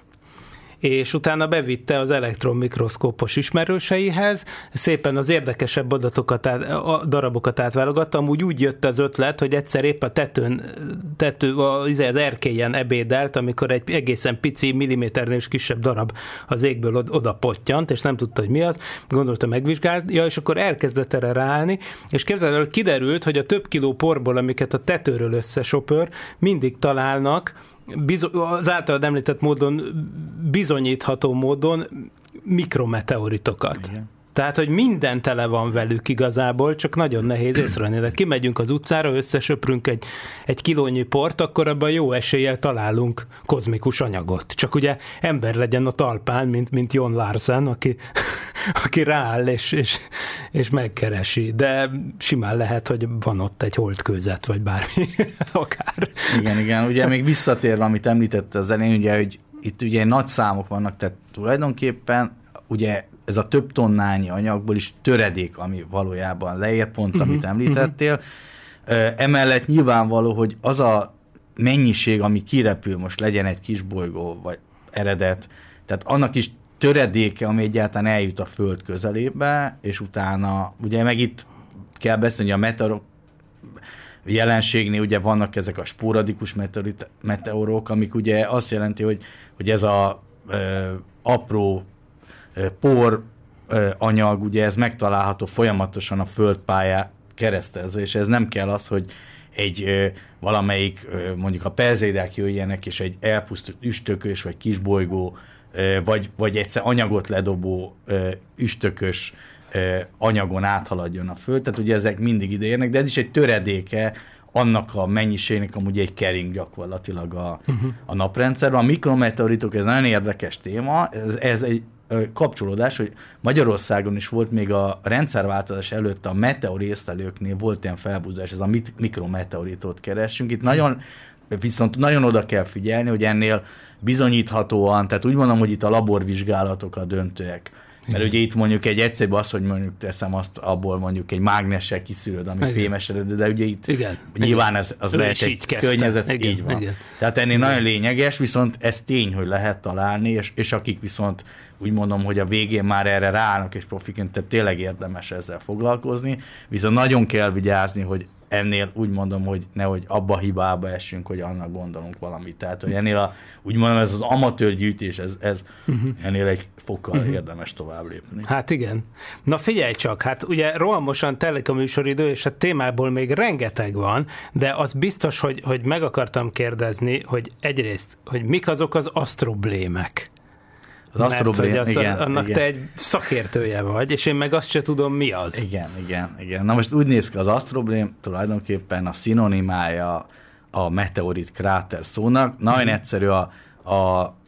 És utána bevitte az elektronmikroszkópos ismerőseihez, szépen az érdekesebb adatokat, a darabokat átválogatta, amúgy úgy jött az ötlet, hogy egyszer épp a tetőn, tető, az erkélyen ebédelt, amikor egy egészen pici, milliméternél is kisebb darab az égből oda pottyant, és nem tudta, hogy mi az, gondolta megvizsgálja, és akkor elkezdett erre ráállni, és képzeld el, kiderült, hogy a több kiló porból, amiket a tetőről összesöpör, mindig találnak az általad említett módon, bizonyítható módon mikrometeoritokat. Igen. Tehát, hogy minden tele van velük igazából, csak nagyon nehéz észrevenni. De kimegyünk az utcára, összesöprünk egy, egy kilónyi port, akkor abban jó eséllyel találunk kozmikus anyagot. Csak ugye ember legyen a talpán, mint, mint Jon Larsen, aki, aki rááll és, és, és megkeresi. De simán lehet, hogy van ott egy holdkőzet, vagy bármi, akár. Igen, igen. Ugye még visszatérve, amit említette az elején, ugye, hogy itt ugye nagy számok vannak, tehát tulajdonképpen ugye ez a több tonnányi anyagból is töredék, ami valójában leér, pont uh-huh, amit említettél. Uh-huh. Emellett nyilvánvaló, hogy az a mennyiség, ami kirepül, most legyen egy kis bolygó, vagy eredet, tehát annak is töredéke, ami egyáltalán eljut a Föld közelébe, és utána, ugye meg itt kell beszélni, hogy a meteorok jelenségnél ugye vannak ezek a sporadikus meteorok, amik ugye azt jelenti, hogy, hogy ez a ö, apró por anyag, ugye ez megtalálható folyamatosan a földpályán keresztezve, és ez nem kell az, hogy egy valamelyik, mondjuk a perzédák jöjjenek, és egy elpusztult üstökös, vagy kisbolygó, vagy, vagy egyszer anyagot ledobó üstökös anyagon áthaladjon a föld, tehát ugye ezek mindig ide érnek, de ez is egy töredéke annak a mennyiségnek, amúgy egy kering gyakorlatilag a, uh-huh. a naprendszerben. A mikrometeoritok, ez nagyon érdekes téma, ez, ez egy kapcsolódás, hogy Magyarországon is volt még a rendszerváltozás előtt a meteorészlelőknél volt ilyen felbúzdás, ez a mikrometeoritot keresünk. Itt nagyon, viszont nagyon oda kell figyelni, hogy ennél bizonyíthatóan, tehát úgy mondom, hogy itt a laborvizsgálatok a döntőek. Mert ugye itt mondjuk egy egyszerűbb az, hogy mondjuk teszem azt, abból mondjuk egy mágnessel kiszűröd, ami fémes eredő, de ugye itt igen. nyilván ez, az ő lehet egy környezet, igen. így van. Igen. Tehát ennél igen. nagyon lényeges, viszont ez tény, hogy lehet találni, és, és akik viszont úgy mondom, hogy a végén már erre ráállnak, és profiként, tehát tényleg érdemes ezzel foglalkozni, viszont nagyon kell vigyázni, hogy ennél úgy mondom, hogy nehogy abba a hibába essünk, hogy annak gondolunk valamit. Tehát, hogy ennél a, úgy mondom, ez az amatőr gyűjtés, ez, ez uh-huh. ennél egy fokkal uh-huh. érdemes tovább lépni. Hát igen. Na figyelj csak, hát ugye rohamosan telik a műsoridő, és a témából még rengeteg van, de az biztos, hogy, hogy meg akartam kérdezni, hogy egyrészt, hogy mik azok az asztroblémek. Az asztroblém, az, igen. Annak igen. te egy szakértője vagy, és én meg azt se tudom, mi az. Igen, igen, igen. Na most úgy néz ki az asztroblém, tulajdonképpen a szinonimája a meteorit kráter szónak. Nagyon hmm. egyszerű a, a,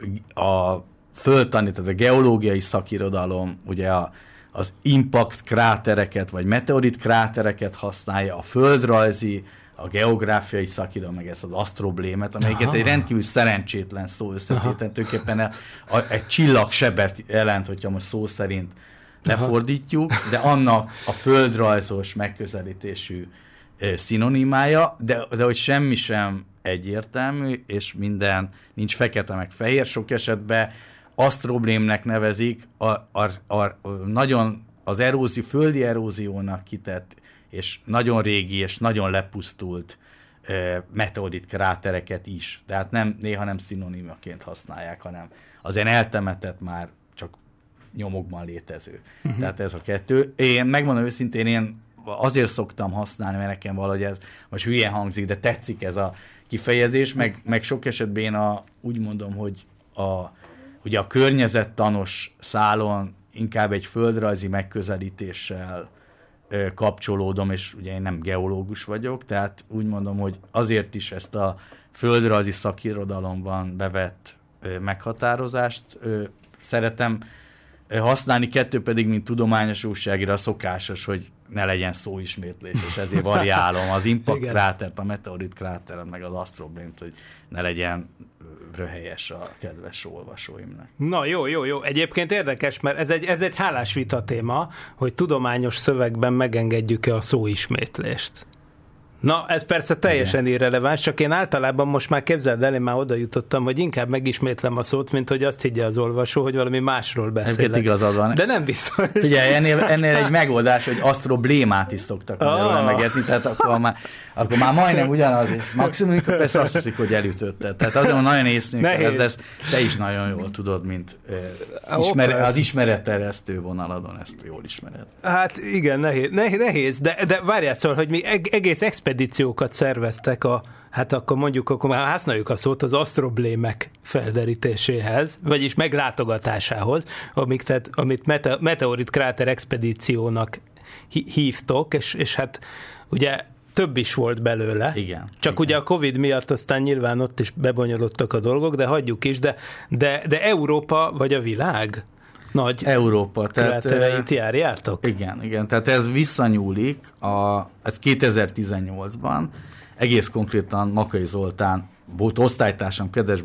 a földtani, tehát a geológiai szakirodalom, ugye a, az impact krátereket, vagy meteorit krátereket használja, a földrajzi, a geográfiai szakirodalom, meg ezt az asztroblémet, amelyiket egy rendkívül szerencsétlen szó összetéten, tulajdonképpen a, a, egy csillagsebet jelent, hogyha most szó szerint lefordítjuk, de annak a földrajzos megközelítésű e, szinonimája, de, de hogy semmi sem egyértelmű, és minden, nincs fekete meg fehér, sok esetben asztroblémnek nevezik, a, a, a, a nagyon az erózió, földi eróziónak kitett és nagyon régi és nagyon lepusztult e, meteorit krátereket is. Tehát nem, néha nem szinonimaként használják, hanem az ilyen eltemetett már csak nyomokban létező. Uh-huh. Tehát ez a kettő. Én megmondom őszintén, én azért szoktam használni, mert nekem valahogy ez most hülyen hangzik, de tetszik ez a kifejezés, meg, meg sok esetben én a, úgy mondom, hogy a, ugye a környezettanos szálon inkább egy földrajzi megközelítéssel kapcsolódom, és ugye én nem geológus vagyok, tehát úgy mondom, hogy azért is ezt a földrajzi szakirodalomban bevett meghatározást szeretem használni, kettő pedig, mint tudományos újságíró, szokásos, hogy ne legyen szóismétlés, és ezért variálom az impact krátert, a meteorit krátert, meg az asztroblémt, hogy ne legyen röhelyes a kedves olvasóimnak. Na jó, jó, jó. Egyébként érdekes, mert ez egy, ez egy hálás vita téma, hogy tudományos szövegben megengedjük-e a szóismétlést. Na, ez persze teljesen igen. irreleváns, csak én általában most már képzeld el, én már oda jutottam, hogy inkább megismétlem a szót, mint hogy azt higgye az olvasó, hogy valami másról beszélek. Igazad van. De nem biztos. Figyelj, ennél, ennél egy megoldás, hogy asztroblémát is szoktak oh. megetni, tehát akkor már, akkor már majdnem ugyanaz, és maximum persze azt hiszik, hogy elütötted. Tehát azért nagyon észnék ez, de ezt te is nagyon jól tudod, mint uh, ismer, az ismeretterjesztő vonaladon, ezt jól ismered. Hát igen, nehéz, nehéz, nehéz de, de várjál, szóval, hogy mi egész expedíciókat szerveztek a, hát akkor mondjuk, akkor már használjuk a szót az asztroblémek felderítéséhez, vagyis meglátogatásához, amik, tehát, amit mete, meteorit kráter expedíciónak hívtok, és, és hát ugye több is volt belőle. Igen. Csak igen. ugye a Covid miatt aztán nyilván ott is bebonyolódtak a dolgok, de hagyjuk is, de, de, de Európa vagy a világ nagy Európa krátereit járjátok? Igen, igen, tehát ez visszanyúlik, a, ez kétezer-tizennyolcban, egész konkrétan Makai Zoltán, volt osztálytársam, kedves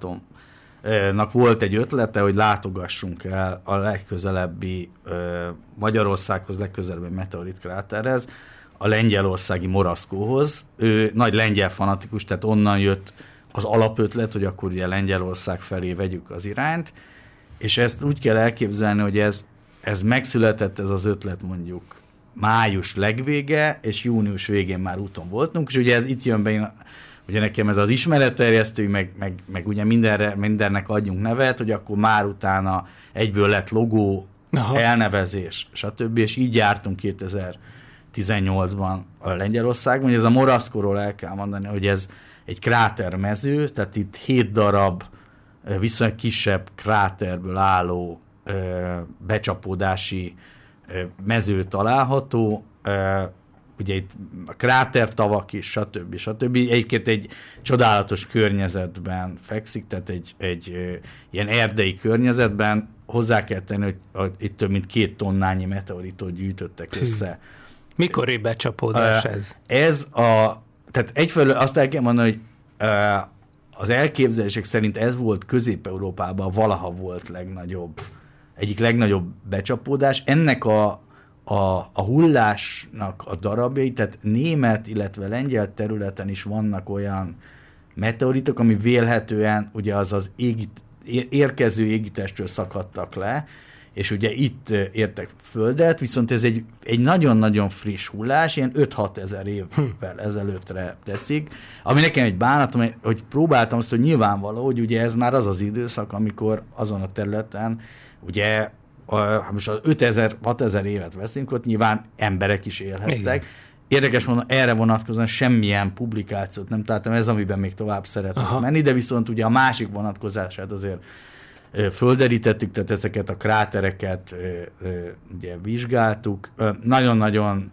barátomnak volt egy ötlete, hogy látogassunk el a legközelebbi Magyarországhoz, legközelebbi meteorit kráterhez, a lengyelországi Moraszkóhoz. Ő nagy lengyel fanatikus, tehát onnan jött az alapötlet, hogy akkor ugye Lengyelország felé vegyük az irányt, és ezt úgy kell elképzelni, hogy ez, ez megszületett, ez az ötlet mondjuk május legvége, és június végén már úton voltunk, és ugye ez itt jön be, én, ugye nekem ez az ismeretterjesztő, meg, meg, meg ugye mindenre, mindennek adjunk nevet, hogy akkor már utána egyből lett logó, aha. elnevezés, stb. És így jártunk kétezer-tizennyolcban a Lengyelországban, hogy ez a Moraszkóról el kell mondani, hogy ez egy krátermező, tehát itt hét darab viszonylag kisebb kráterből álló ö, becsapódási ö, mező található, ö, ugye itt a krátertavak is, stb. stb. Egyébként egy csodálatos környezetben fekszik, tehát egy, egy ö, ilyen erdei környezetben. Hozzá kell tenni, hogy, hogy itt több mint két tonnányi meteoritot gyűjtöttek össze. Mikori becsapódás ez? Ez a, tehát egyfelől azt el kell mondani, hogy ö, az elképzelések szerint ez volt Közép-Európában valaha volt legnagyobb egyik legnagyobb becsapódás. Ennek a, a, a hullásnak a darabjai, tehát német, illetve lengyel területen is vannak olyan meteoritok, ami vélhetően ugye az az égit, érkező égitestről szakadtak le, és ugye itt értek Földet, viszont ez egy, egy nagyon-nagyon friss hullás, ilyen öt-hat ezer évvel ezelőttre teszik, ami nekem egy bánatom, hogy próbáltam azt, hogy nyilvánvaló, hogy ugye ez már az az időszak, amikor azon a területen, ugye a, most az ötezer-hatezer évet veszünk, ott nyilván emberek is élhettek. Igen. Érdekes mondom, erre vonatkozóan semmilyen publikációt nem találtam, ez amiben még tovább szeretnék Aha. menni, de viszont ugye a másik vonatkozását azért földerítettük, tehát ezeket a krátereket ugye vizsgáltuk. Nagyon-nagyon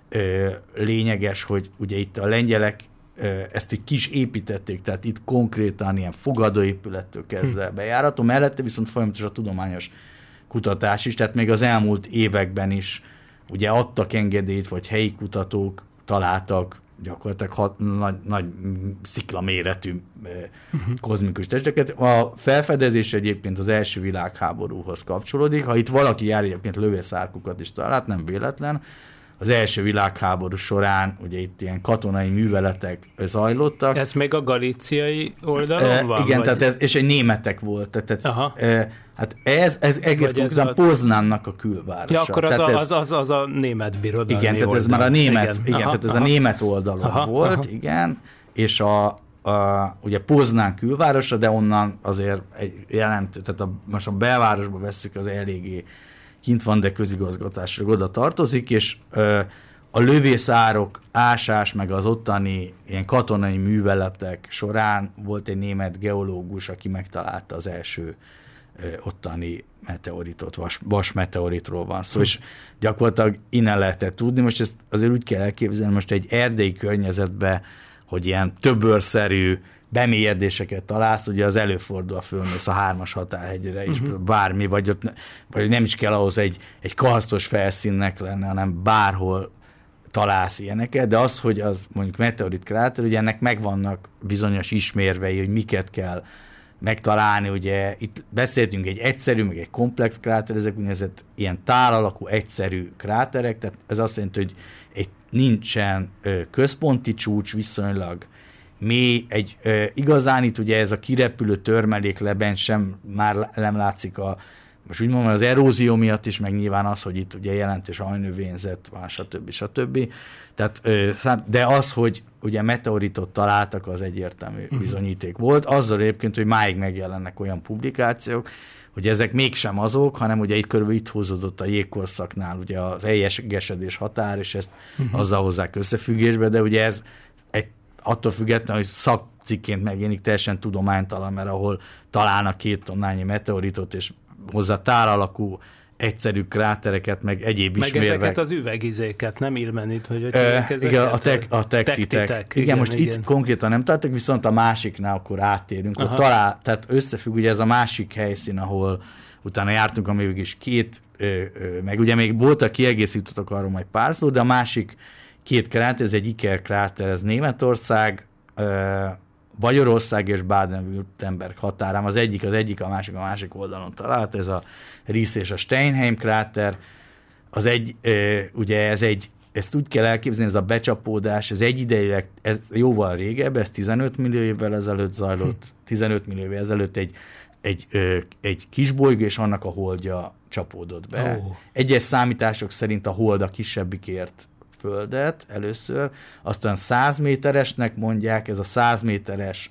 lényeges, hogy ugye itt a lengyelek ezt egy kis építették, tehát itt konkrétan ilyen fogadóépülettől kezdve hm. bejárató, mellette viszont folyamatos a tudományos kutatás is, tehát még az elmúlt években is ugye adtak engedélyt, vagy helyi kutatók találtak gyakorlatilag hat, nagy, nagy sziklaméretű uh-huh. kozmikus testeket. A felfedezés egyébként az első világháborúhoz kapcsolódik. Ha itt valaki jár, egyébként lövészárkukat is talált, nem véletlen. Az első világháború során ugye itt ilyen katonai műveletek zajlottak. Ez még a galíciai oldalon e, van? Igen, vagy? tehát ez, és egy németek volt. Tehát, Aha. E, hát ez, ez egész konkrétan a... Poznánnak a külvárosa. Ja, akkor az, tehát a, ez, az, az, az a német birodalmi Igen, tehát ez oldal. már a német, igen, igen aha, tehát ez aha. a német oldalon aha, volt, aha. igen, és a, a, ugye Poznán külvárosa, de onnan azért egy jelentő, tehát a, most a belvárosba vesszük, az eléggé kint van, de közigazgatásra oda tartozik, és ö, a lövészárok, ásás, meg az ottani ilyen katonai műveletek során volt egy német geológus, aki megtalálta az első ö, ottani meteoritot, vas, vas meteoritról van szó, hm. és gyakorlatilag innen lehetett tudni. Most ezt azért úgy kell elképzelni, most egy erdei környezetben, hogy ilyen többörszerű bemélyedéseket találsz, ugye az előfordul, a fölmész a hármas határhegyre is, uh-huh. bármi, vagy, ott, vagy nem is kell ahhoz egy, egy karsztos felszínnek lenne, hanem bárhol találsz ilyeneket, de az, hogy az mondjuk meteorit kráter, ugye ennek megvannak bizonyos ismérvei, hogy miket kell megtalálni, ugye itt beszéltünk egy egyszerű, meg egy komplex kráter, ezek úgynevezett ilyen tál alakú egyszerű kráterek, tehát ez azt jelenti, hogy egy nincsen ö, központi csúcs, viszonylag mély, egy ö, igazán itt ugye ez a kirepülő törmelékleben sem már nem látszik a, most úgy mondom, az erózió miatt is, meg nyilván az, hogy itt ugye jelentős ajnövényzet van, stb. stb. Tehát, ö, de az, hogy ugye meteoritot találtak, az egyértelmű bizonyíték volt. Azzal egyébként, hogy máig megjelennek olyan publikációk, hogy ezek mégsem azok, hanem ugye itt körülbelül itt húzódott a jégkorszaknál ugye az eljegesedés határ, és ezt uh-huh. azzal hozzák összefüggésbe, de ugye ez egy, attól függetlenül, hogy szakcikként megjelenik, teljesen tudománytalan, mert ahol találnak két tonnányi meteoritot, és hozzá tál alakú egyszerű krátereket, meg egyéb meg ismérvek. Meg ezeket az üvegizéket, nem Ilmenit, hogy hogy e, igen, a, tek, a tektitek. Igen, igen, most igen. Itt konkrétan nem találtak, viszont a másiknál akkor áttérünk. Ott talál, tehát összefügg, ugye ez a másik helyszín, ahol utána jártunk, ami is két, ö, ö, meg ugye még voltak kiegészítőtek arról majd pár szó, de a másik két kráter, ez egy Iker kráter, ez Németország, ö, Bajorország és Baden-Württemberg határán, az egyik az egyik, a másik a másik oldalon talált, ez a Ries és a Steinheim kráter, az egy, ö, ugye ez egy, ezt úgy kell elképzelni, ez a becsapódás, ez egy ideig, ez jóval régebb, ez tizenöt millió évvel ezelőtt zajlott, tizenöt millió évvel ezelőtt egy, egy, ö, egy kisbolygó, és annak a holdja csapódott be. Oh. Egyes számítások szerint a hold a kisebbikért Földet először, aztán száz méteresnek mondják, ez a száz méteres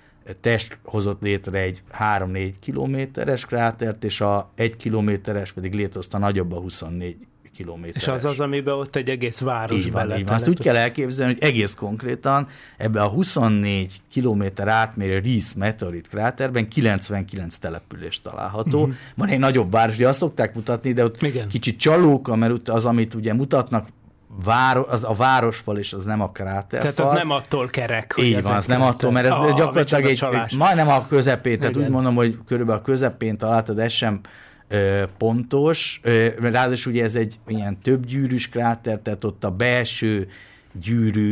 test hozott létre egy három-négy kilométeres krátert, és a egy kilométeres pedig létrehozta nagyobb a huszonnégy kilométeres. És az az, amiben ott egy egész város bele. Azt úgy kell elképzelni, hogy egész konkrétan ebben a huszonnégy kilométer átmérő Ries meteorit kráterben kilencvenkilenc település található. Uh-huh. Van egy nagyobb város, de azt szokták mutatni, de ott igen. Kicsit csalóka, mert az, amit ugye mutatnak, Váro, az a városfal, és az nem a kráterfal. Tehát az nem attól kerek. Így van, az nem attól, mert ez oh, gyakorlatilag egy, egy, majdnem a közepén, tehát igen. Úgy mondom, hogy körülbelül a közepén találtad, ez sem ö, pontos, ö, ráadásul ugye ez egy ilyen több gyűrűs kráter, tehát ott a belső gyűrű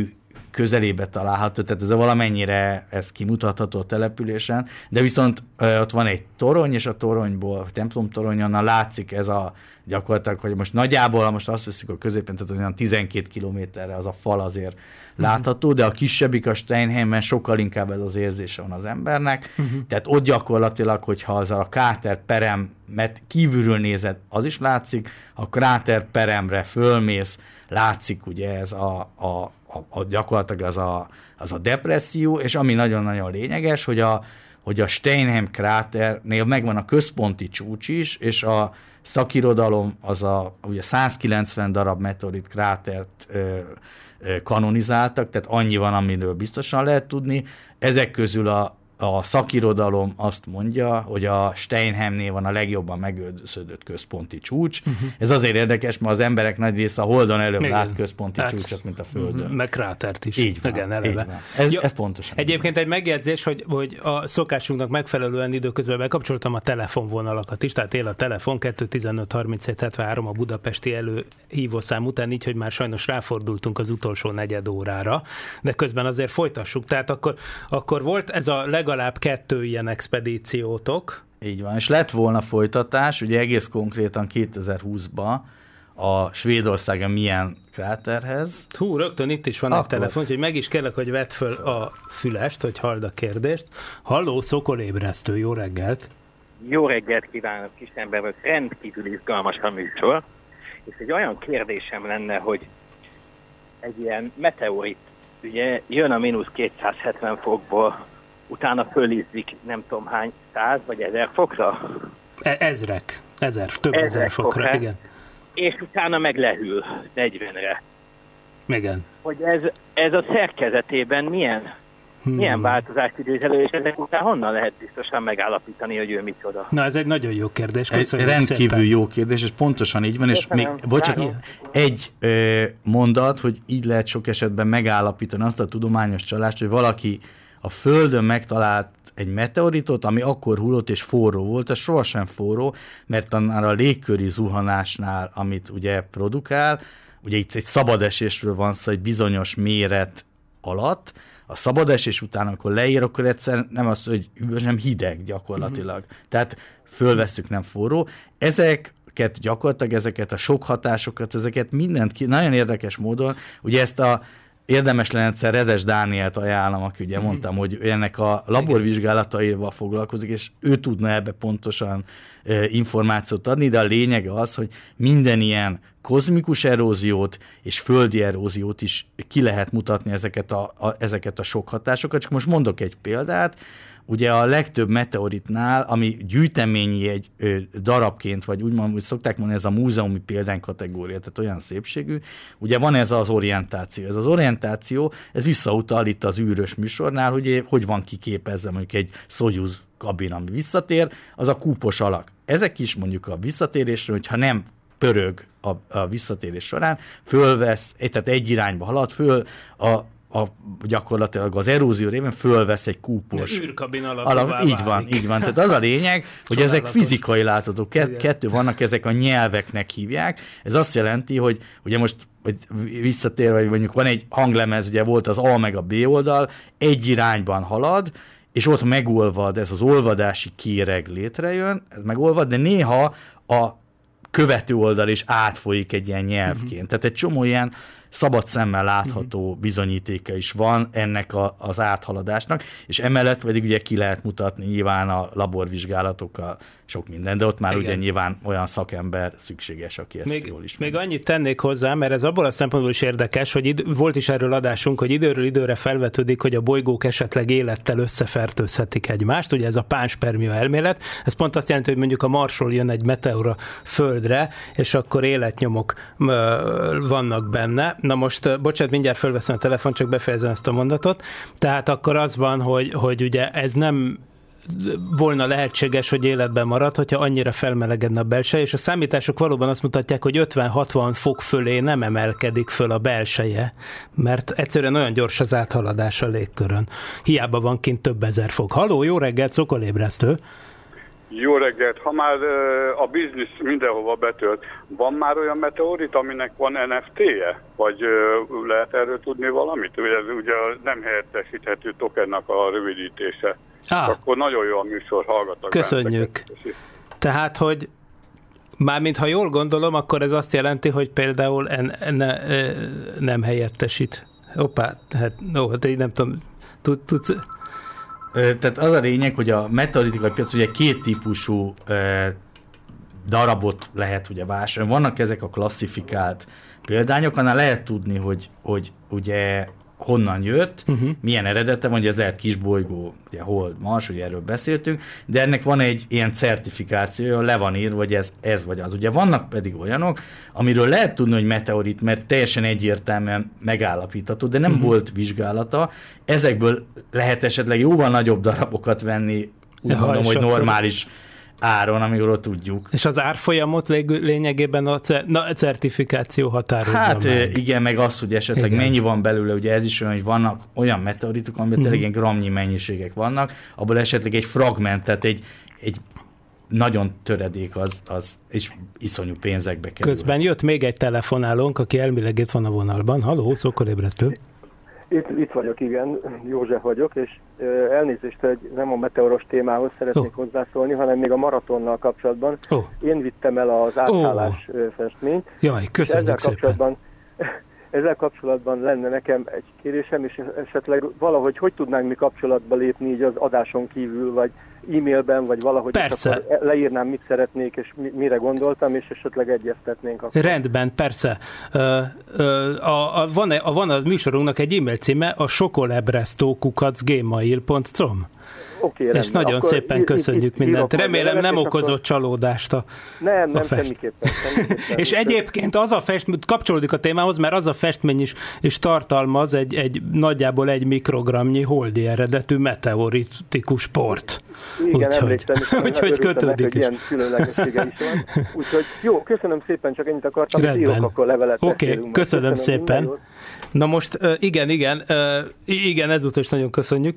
közelébe található, tehát ez valamennyire ez kimutatható a településen, de viszont ott van egy torony, és a toronyból, a templom torony, onnan látszik ez a gyakorlatilag, hogy most nagyjából, ha most azt veszik a középen, tehát olyan tizenkét kilométerre az a fal azért látható, de a kisebbik a Steinheimben sokkal inkább ez az érzése van az embernek, uh-huh. tehát ott gyakorlatilag, hogyha az a kráterperemet kívülről nézed, az is látszik, a kráterperemre fölmész, látszik ugye ez a, a, a, a gyakorlatilag az a, az a depresszió, és ami nagyon-nagyon lényeges, hogy a, hogy a Steinheim kráternél megvan a központi csúcs is, és a szakirodalom az a ugye százkilencven darab meteorit krátert ö, ö, kanonizáltak, tehát annyi van, amiről biztosan lehet tudni. Ezek közül a, a szakirodalom azt mondja, hogy a Steinheimnél van a legjobban megőrződött központi csúcs. Uh-huh. Ez azért érdekes, mert az emberek nagy része a Holdon előbb igen. lát központi hát, csúcsot, mint a Földön. Meg krátert is. Így van, igen, eleve. Így van. Ez, ez pontosan. Egyébként egy megjegyzés, hogy, hogy a szokásunknak megfelelően időközben bekapcsoltam a telefonvonalakat is, tehát él a telefon kettő tizenöt harminchét hetvenhárom a budapesti előhívószám után, így, hogy már sajnos ráfordultunk az utolsó negyed órára, de közben azért folytassuk. Tehát akkor, akkor volt ez a legalább legalább kettő ilyen expedíciótok. Így van, és lett volna folytatás, ugye egész konkrétan kétezer-húszban a Svédországon milyen kráterhez. Hú, rögtön itt is van Akkor. egy telefon, úgyhogy meg is kérlek, hogy vedd föl a fülest, hogy halld a kérdést. Halló, Szokolébresztő, jó reggelt! Jó reggelt kívánok, kisember, hogy rendkívül izgalmas a műsor, és egy olyan kérdésem lenne, hogy egy ilyen meteorit, ugye jön a mínusz kétszázhetven fokból, utána fölizzik nem tudom hány száz vagy ezer fokra? E- ezrek, ezer, több ezer, ezer fokra, fokra, igen. És utána meg lehűl negyvenre. Igen. Hogy ez, ez a szerkezetében milyen, hmm. milyen változást idéz elő, és ezek után honnan lehet biztosan megállapítani, hogy ő micsoda? Na, ez egy nagyon jó kérdés. Köszönjük egy rendkívül szépen. Jó kérdés, és pontosan így van, és Köszönöm. még, bocsánat, egy ö, mondat, hogy így lehet sok esetben megállapítani azt a tudományos csalást, hogy valaki a Földön megtalált egy meteoritot, ami akkor hullott és forró volt, ez sohasem forró, mert annál a légköri zuhanásnál, amit ugye produkál, ugye itt egy szabadesésről van szó, egy bizonyos méret alatt, a szabadesés után, amikor leér, akkor egyszer nem az, hogy üvös, nem hideg gyakorlatilag. Mm-hmm. Tehát fölvesszük, nem forró. Ezeket gyakorlatilag, ezeket a sok hatásokat, ezeket mindent ki, nagyon érdekes módon, ugye ezt a érdemes lenne egyszer Rezes Dánielt ajánlom, aki ugye mm. mondtam, hogy ennek a laborvizsgálataival foglalkozik, és ő tudna ebbe pontosan e, információt adni, de a lényege az, hogy minden ilyen kozmikus eróziót és földi eróziót is ki lehet mutatni ezeket a, a, ezeket a sok hatásokat. Csak most mondok egy példát. Ugye a legtöbb meteoritnál, ami gyűjteményi egy ö, darabként, vagy úgy mondom, hogy szokták mondani, ez a múzeumi példány kategória, tehát olyan szépségű, ugye van ez az orientáció. Ez az orientáció, ez visszautal itt az űrös műsornál, hogy hogy van kiképezve mondjuk egy Szojuz kabin, ami visszatér, az a kúpos alak. Ezek is mondjuk a visszatérésről, hogyha nem pörög a, a visszatérés során, fölvesz, tehát egy irányba halad, föl a A, gyakorlatilag az erózió révén fölvesz egy kúpos űrkabin alak. Így van, így van. Tehát az a lényeg, hogy ezek fizikai láthatók. Kettő vannak, ezek a nyelveknek hívják. Ez azt jelenti, hogy ugye most visszatérve, hogy mondjuk van egy hanglemez, ugye volt az A meg a B oldal, egy irányban halad, és ott megolvad, ez az olvadási kéreg létrejön, ez megolvad, de néha a követő oldal is átfolyik egy ilyen nyelvként. Uh-huh. Tehát egy csomó ilyen szabad szemmel látható bizonyítéka is van ennek a, az áthaladásnak, és emellett pedig ugye ki lehet mutatni nyilván a laborvizsgálatokkal sok minden, de ott már igen. ugye nyilván olyan szakember szükséges, aki ezt még, jól ismer. Még annyit tennék hozzá, mert ez abból a szempontból is érdekes, hogy id- volt is erről adásunk, hogy időről időre felvetődik, hogy a bolygók esetleg élettel összefertőzhetik egymást, ugye ez a pánspermia elmélet, ez pont azt jelenti, hogy mondjuk a Marsról jön egy meteor a Földre, és akkor életnyomok vannak benne. Na most, bocsánat, mindjárt fölveszem a telefon, csak befejezem ezt a mondatot. Tehát akkor az van, hogy, hogy ugye ez nem volna lehetséges, hogy életben marad, hogyha annyira felmelegedne a belseje, és a számítások valóban azt mutatják, hogy ötven-hatvan fok fölé nem emelkedik föl a belseje, mert egyszerűen olyan gyors az áthaladás a légkörön. Hiába van kint több ezer fok. Halló, jó reggelt, Szokolébresztő! Jó reggelt! Ha már uh, a biznisz mindenhova betölt, van már olyan meteorit, aminek van en ef té-je? Vagy uh, lehet erről tudni valamit? Ez ugye nem helyettesíthető tokennak a rövidítése. Ah. Akkor nagyon jó a műsor, hallgatok. Köszönjük. Tehát, hogy mármint ha jól gondolom, akkor ez azt jelenti, hogy például en, en, en, nem helyettesít. Hoppá, hát, no, hát így nem tudom, tud, tudsz... Tehát az a lényeg, hogy a meteoritikai piac ugye két típusú e, darabot lehet ugye vásárolni. Vannak ezek a klasszifikált példányok, annál lehet tudni, hogy, hogy ugye honnan jött, uh-huh. milyen eredete van, hogy ez lehet kisbolygó, ugye Hold, Mars, ugye erről beszéltünk, de ennek van egy ilyen certifikációja, le van írva, hogy ez, ez vagy az. Ugye vannak pedig olyanok, amiről lehet tudni, hogy meteorit, mert teljesen egyértelműen megállapítható, de nem uh-huh. volt vizsgálata. Ezekből lehet esetleg jóval nagyobb darabokat venni, úgy ja, mondom, hogy normális áron, amiről tudjuk. És az árfolyamot lényegében a certifikáció határozza Hát meg. Igen, meg az, hogy esetleg igen. mennyi van belőle, ugye ez is olyan, hogy vannak olyan meteoritok, amiben hmm. tényleg ilyen gramnyi mennyiségek vannak, abból esetleg egy fragment, tehát egy, egy nagyon töredék az, az és iszonyú pénzekbe kerül. Közben jött még egy telefonálónk, aki elvileg itt van a vonalban. Halló, szokorébresztő. Itt, itt vagyok, igen, József vagyok, és elnézést, hogy nem a meteoros témához szeretnék oh. hozzászólni, hanem még a maratonnal kapcsolatban. Oh. Én vittem el az átállás oh. festményt. Jaj, köszönjük ezzel szépen. Kapcsolatban, ezzel kapcsolatban lenne nekem egy kérésem, és esetleg valahogy hogy tudnánk mi kapcsolatba lépni így az adáson kívül, vagy e-mailben, vagy valahogy persze. leírnám, mit szeretnék, és mire gondoltam, és esetleg egyeztetnénk. Akkor. Rendben, persze. A, a, van, a, van a műsorunknak egy e-mail címe, a sokolebresztó kukac gmail pont com. Okay, és rendben. Nagyon akkor szépen köszönjük mindent. Remélem nem okozott akkor... csalódást a Nem, nem, a semmiképpen. semmiképpen. És egyébként az a festmény, kapcsolódik a témához, mert az a festmény is, is tartalmaz egy, egy nagyjából egy mikrogramnyi holdi eredetű meteoritikus port. Igen, úgyhogy, emlékszem, úgyhogy kötődik is. Ilyen különlegessége is van. Úgyhogy jó, köszönöm szépen, csak ennyit akartam, hogy írok akkor levelet. Oké, okay, köszönöm, köszönöm szépen. Na most, igen, igen, igen, ezúttal is nagyon köszönjük.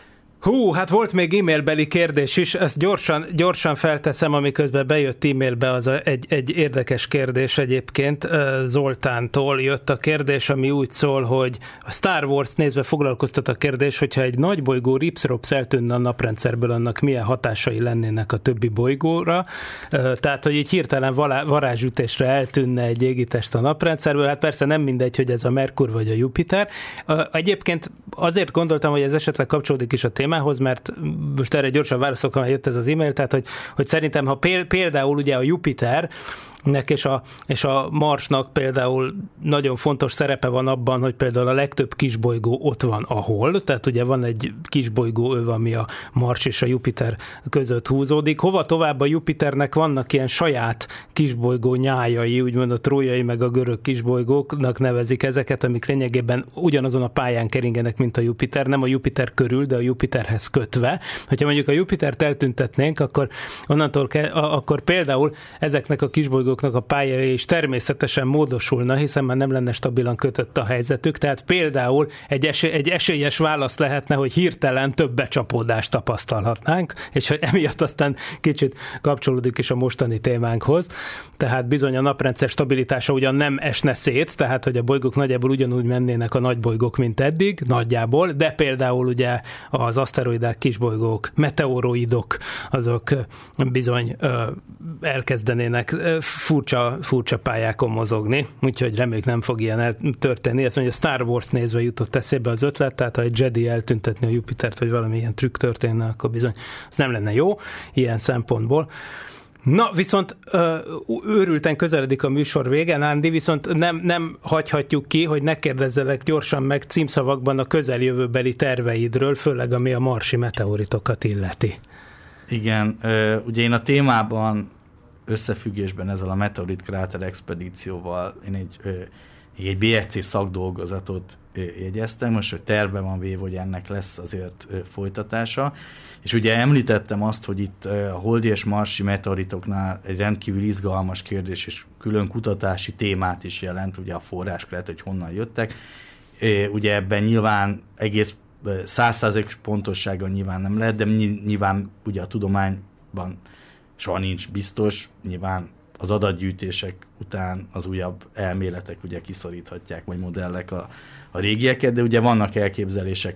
Hú, hát volt még e-mailbeli kérdés is, ezt gyorsan, gyorsan felteszem, amiközben bejött e-mailbe, az a, egy, egy érdekes kérdés egyébként. Zoltántól jött a kérdés, ami úgy szól, hogy a Star Wars nézve foglalkoztat a kérdés, hogyha egy nagy bolygó Rips-Rops eltűnne a naprendszerből, annak milyen hatásai lennének a többi bolygóra. Tehát, hogy így hirtelen varázsütésre eltűnne egy égitest a naprendszerből, hát persze nem mindegy, hogy ez a Merkur vagy a Jupiter. Egyébként azért gondoltam, hogy ez esetleg kapcsolódik is a témához, mert most erre gyorsan válaszolok, ha jött ez az e-mail, tehát hogy, hogy szerintem, ha például ugye a Jupiter és a, és a Marsnak például nagyon fontos szerepe van abban, hogy például a legtöbb kisbolygó ott van, ahol, tehát ugye van egy kisbolygó öv, ami a Mars és a Jupiter között húzódik. Hova tovább a Jupiternek vannak ilyen saját kisbolygó nyájai, úgymond a trójai meg a görög kisbolygóknak nevezik ezeket, amik lényegében ugyanazon a pályán keringenek, mint a Jupiter, nem a Jupiter körül, de a Jupiterhez kötve. Hogyha mondjuk a Jupitert eltüntetnénk, akkor onnantól ke- akkor például ezeknek a kisbolygók a pályája is természetesen módosulna, hiszen már nem lenne stabilan kötött a helyzetük, tehát például egy, esély, egy esélyes válasz lehetne, hogy hirtelen több becsapódást tapasztalhatnánk, és hogy emiatt aztán kicsit kapcsolódik is a mostani témánkhoz, tehát bizony a naprendszer stabilitása ugyan nem esne szét, tehát hogy a bolygók nagyjából ugyanúgy mennének a nagybolygók, mint eddig, nagyjából, de például ugye az aszteroidák, kisbolygók, meteoroidok, azok bizony elkezdenének furcsa, furcsa pályákon mozogni, úgyhogy reméljük nem fog ilyen történni. Ezt mondja, Star Wars nézve jutott eszébe az ötlet, tehát ha egy Jedi eltüntetni a Jupitert, vagy valami ilyen trükk történne, akkor bizony az nem lenne jó ilyen szempontból. Na, viszont őrülten közeledik a műsor vége, Nándi, viszont nem, nem hagyhatjuk ki, hogy ne kérdezzelek gyorsan meg címszavakban a közeljövőbeli terveidről, főleg ami a marsi meteoritokat illeti. Igen, ugye én a témában összefüggésben ezzel a meteorit kráter expedícióval én egy, egy bé ef cé szakdolgozatot jegyeztem, most hogy terve van véve, hogy ennek lesz azért folytatása, és ugye említettem azt, hogy itt a holdi és marsi meteoritoknál egy rendkívül izgalmas kérdés, és külön kutatási témát is jelent, ugye a forráskráter, hogy honnan jöttek. Ugye ebben nyilván egész száz százalékos pontossággal nyilván nem lehet, de nyilván ugye a tudomány adatban soha nincs biztos, nyilván az adatgyűjtések után az újabb elméletek ugye kiszoríthatják, vagy modellek a, a régieket, de ugye vannak elképzelések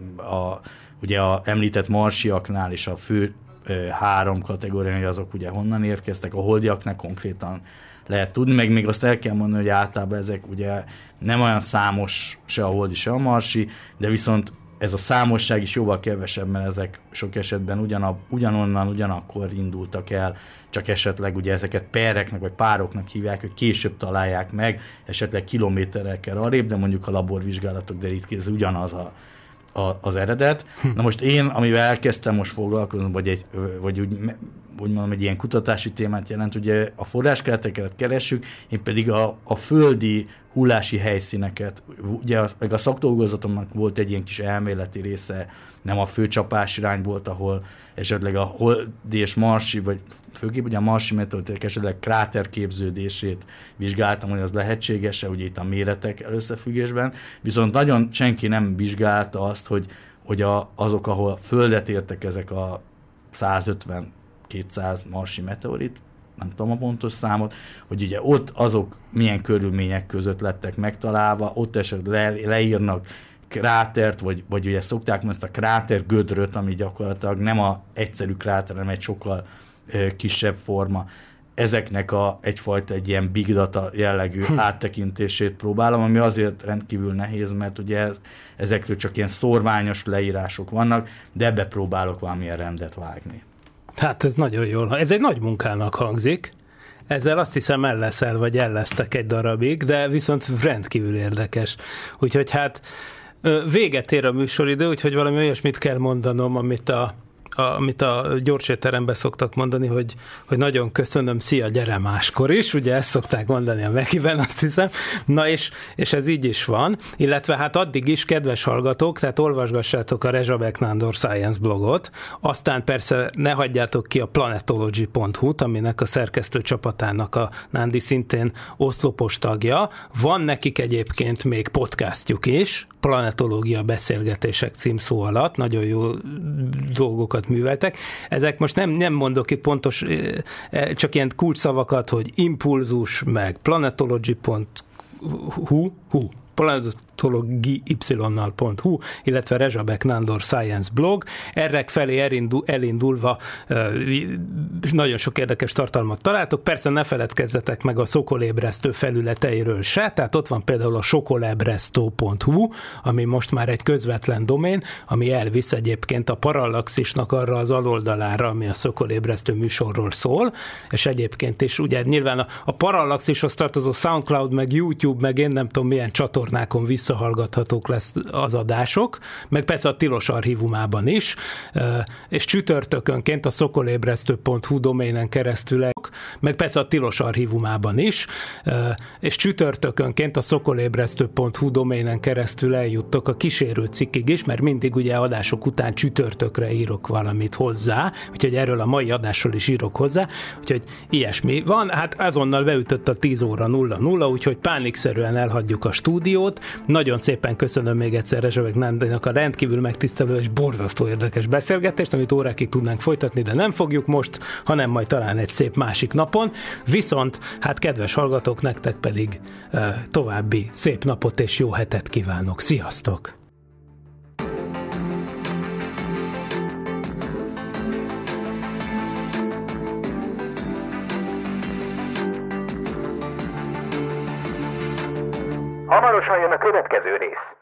a, ugye a említett marsiaknál és a fő e, három kategórián, azok ugye honnan érkeztek, a holdiaknál konkrétan lehet tudni, meg még azt el kell mondani, hogy általában ezek ugye nem olyan számos se a holdi, se a marsi, de viszont ez a számosság is jóval kevesebb, mert ezek sok esetben ugyanab, ugyanonnan, ugyanakkor indultak el, csak esetleg ugye ezeket pereknek vagy pároknak hívják, hogy később találják meg, esetleg kilométerekkel arrébb, de mondjuk a laborvizsgálatok derítkéz ugyanaz a, a, az eredet. Na most én, amivel elkezdtem most foglalkozni, vagy, egy, vagy úgy, úgy mondom, egy ilyen kutatási témát jelent, ugye a forráskereteket keressük, én pedig a, a földi hullási helyszíneket, ugye meg a szakdolgozatomnak volt egy ilyen kis elméleti része, nem a főcsapás irány volt, ahol esetleg a holdi és marsi, vagy főképp ugye a marsi meteoriták esetleg kráterképződését vizsgáltam, hogy az lehetséges-e, ugye itt a méretek összefüggésben, viszont nagyon senki nem vizsgálta azt, hogy, hogy a, azok, ahol földet értek ezek a százötven-kétszáz marsi meteorit, nem tudom a pontos számot, hogy ugye ott azok milyen körülmények között lettek megtalálva, ott esetleg le, leírnak krátert, vagy, vagy ugye szokták most a kráter gödröt, ami gyakorlatilag nem a egyszerű kráter, hanem egy sokkal ö, kisebb forma. Ezeknek a, egyfajta egy ilyen big data jellegű hm. áttekintését próbálom, ami azért rendkívül nehéz, mert ugye ez, ezekről csak ilyen szórványos leírások vannak, de ebbe próbálok valamilyen rendet vágni. Hát ez nagyon jól, ez egy nagy munkának hangzik. Ezzel azt hiszem el leszel, vagy ellesztek egy darabig, de viszont rendkívül érdekes. Úgyhogy hát véget ér a műsoridő, úgyhogy valami olyasmit kell mondanom, amit a, a, amit a gyorsétteremben szoktak mondani, hogy, hogy nagyon köszönöm, szia, gyere máskor is, ugye ezt szokták mondani a Mekiben, azt hiszem. Na és, és ez így is van, illetve hát addig is, kedves hallgatók, tehát olvasgassátok a Rezsabek Nándor Science blogot, aztán persze ne hagyjátok ki a planetology pont hu-t, aminek a szerkesztő csapatának a Nándi szintén oszlopos tagja. Van nekik egyébként még podcastjuk is, planetológia beszélgetések címszó alatt, nagyon jó dolgokat műveltek. Ezek most nem, nem mondok itt pontos, csak ilyen kulcsszavakat, hogy impulzus, meg planetology pont hu, hu, planetology pont hu, illetve Rezsabek Nándor Science blog. Erre felé elindul, elindulva nagyon sok érdekes tartalmat találtok. Persze ne feledkezzetek meg a Szokolébresztő felületeiről se, tehát ott van például a sokolebresztó pont hu, ami most már egy közvetlen domén, ami elvisz egyébként a Parallaxisnak arra az aloldalára, ami a Szokolébresztő műsorról szól, és egyébként is ugye nyilván a, a Parallaxishoz tartozó SoundCloud, meg YouTube, meg én nem tudom milyen csatornákon visszahallgathatók lesz az adások, meg persze a Tilos archívumában is, és csütörtökönként a szokolébresztő pont hu doménen keresztül, meg persze a Tilos archívumában is, és csütörtökönként a szokolébresztő pont hu doménen keresztül eljuttok a kísérő cikkig is, mert mindig ugye adások után csütörtökre írok valamit hozzá, úgyhogy erről a mai adásról is írok hozzá, úgyhogy ilyesmi van. Hát azonnal beütött a tíz óra nulla nulla, úgyhogy pánikszerűen elhagyjuk a stúdiót. Nagyon szépen köszönöm még egyszer Rezsabek Nándinak a rendkívül megtisztelő és borzasztó érdekes beszélgetést, amit órákig tudnánk folytatni, de nem fogjuk most, hanem majd talán egy szép másik napon. Viszont, hát kedves hallgatók, nektek pedig uh, további szép napot és jó hetet kívánok. Sziasztok! Hamarosan jön a következő rész.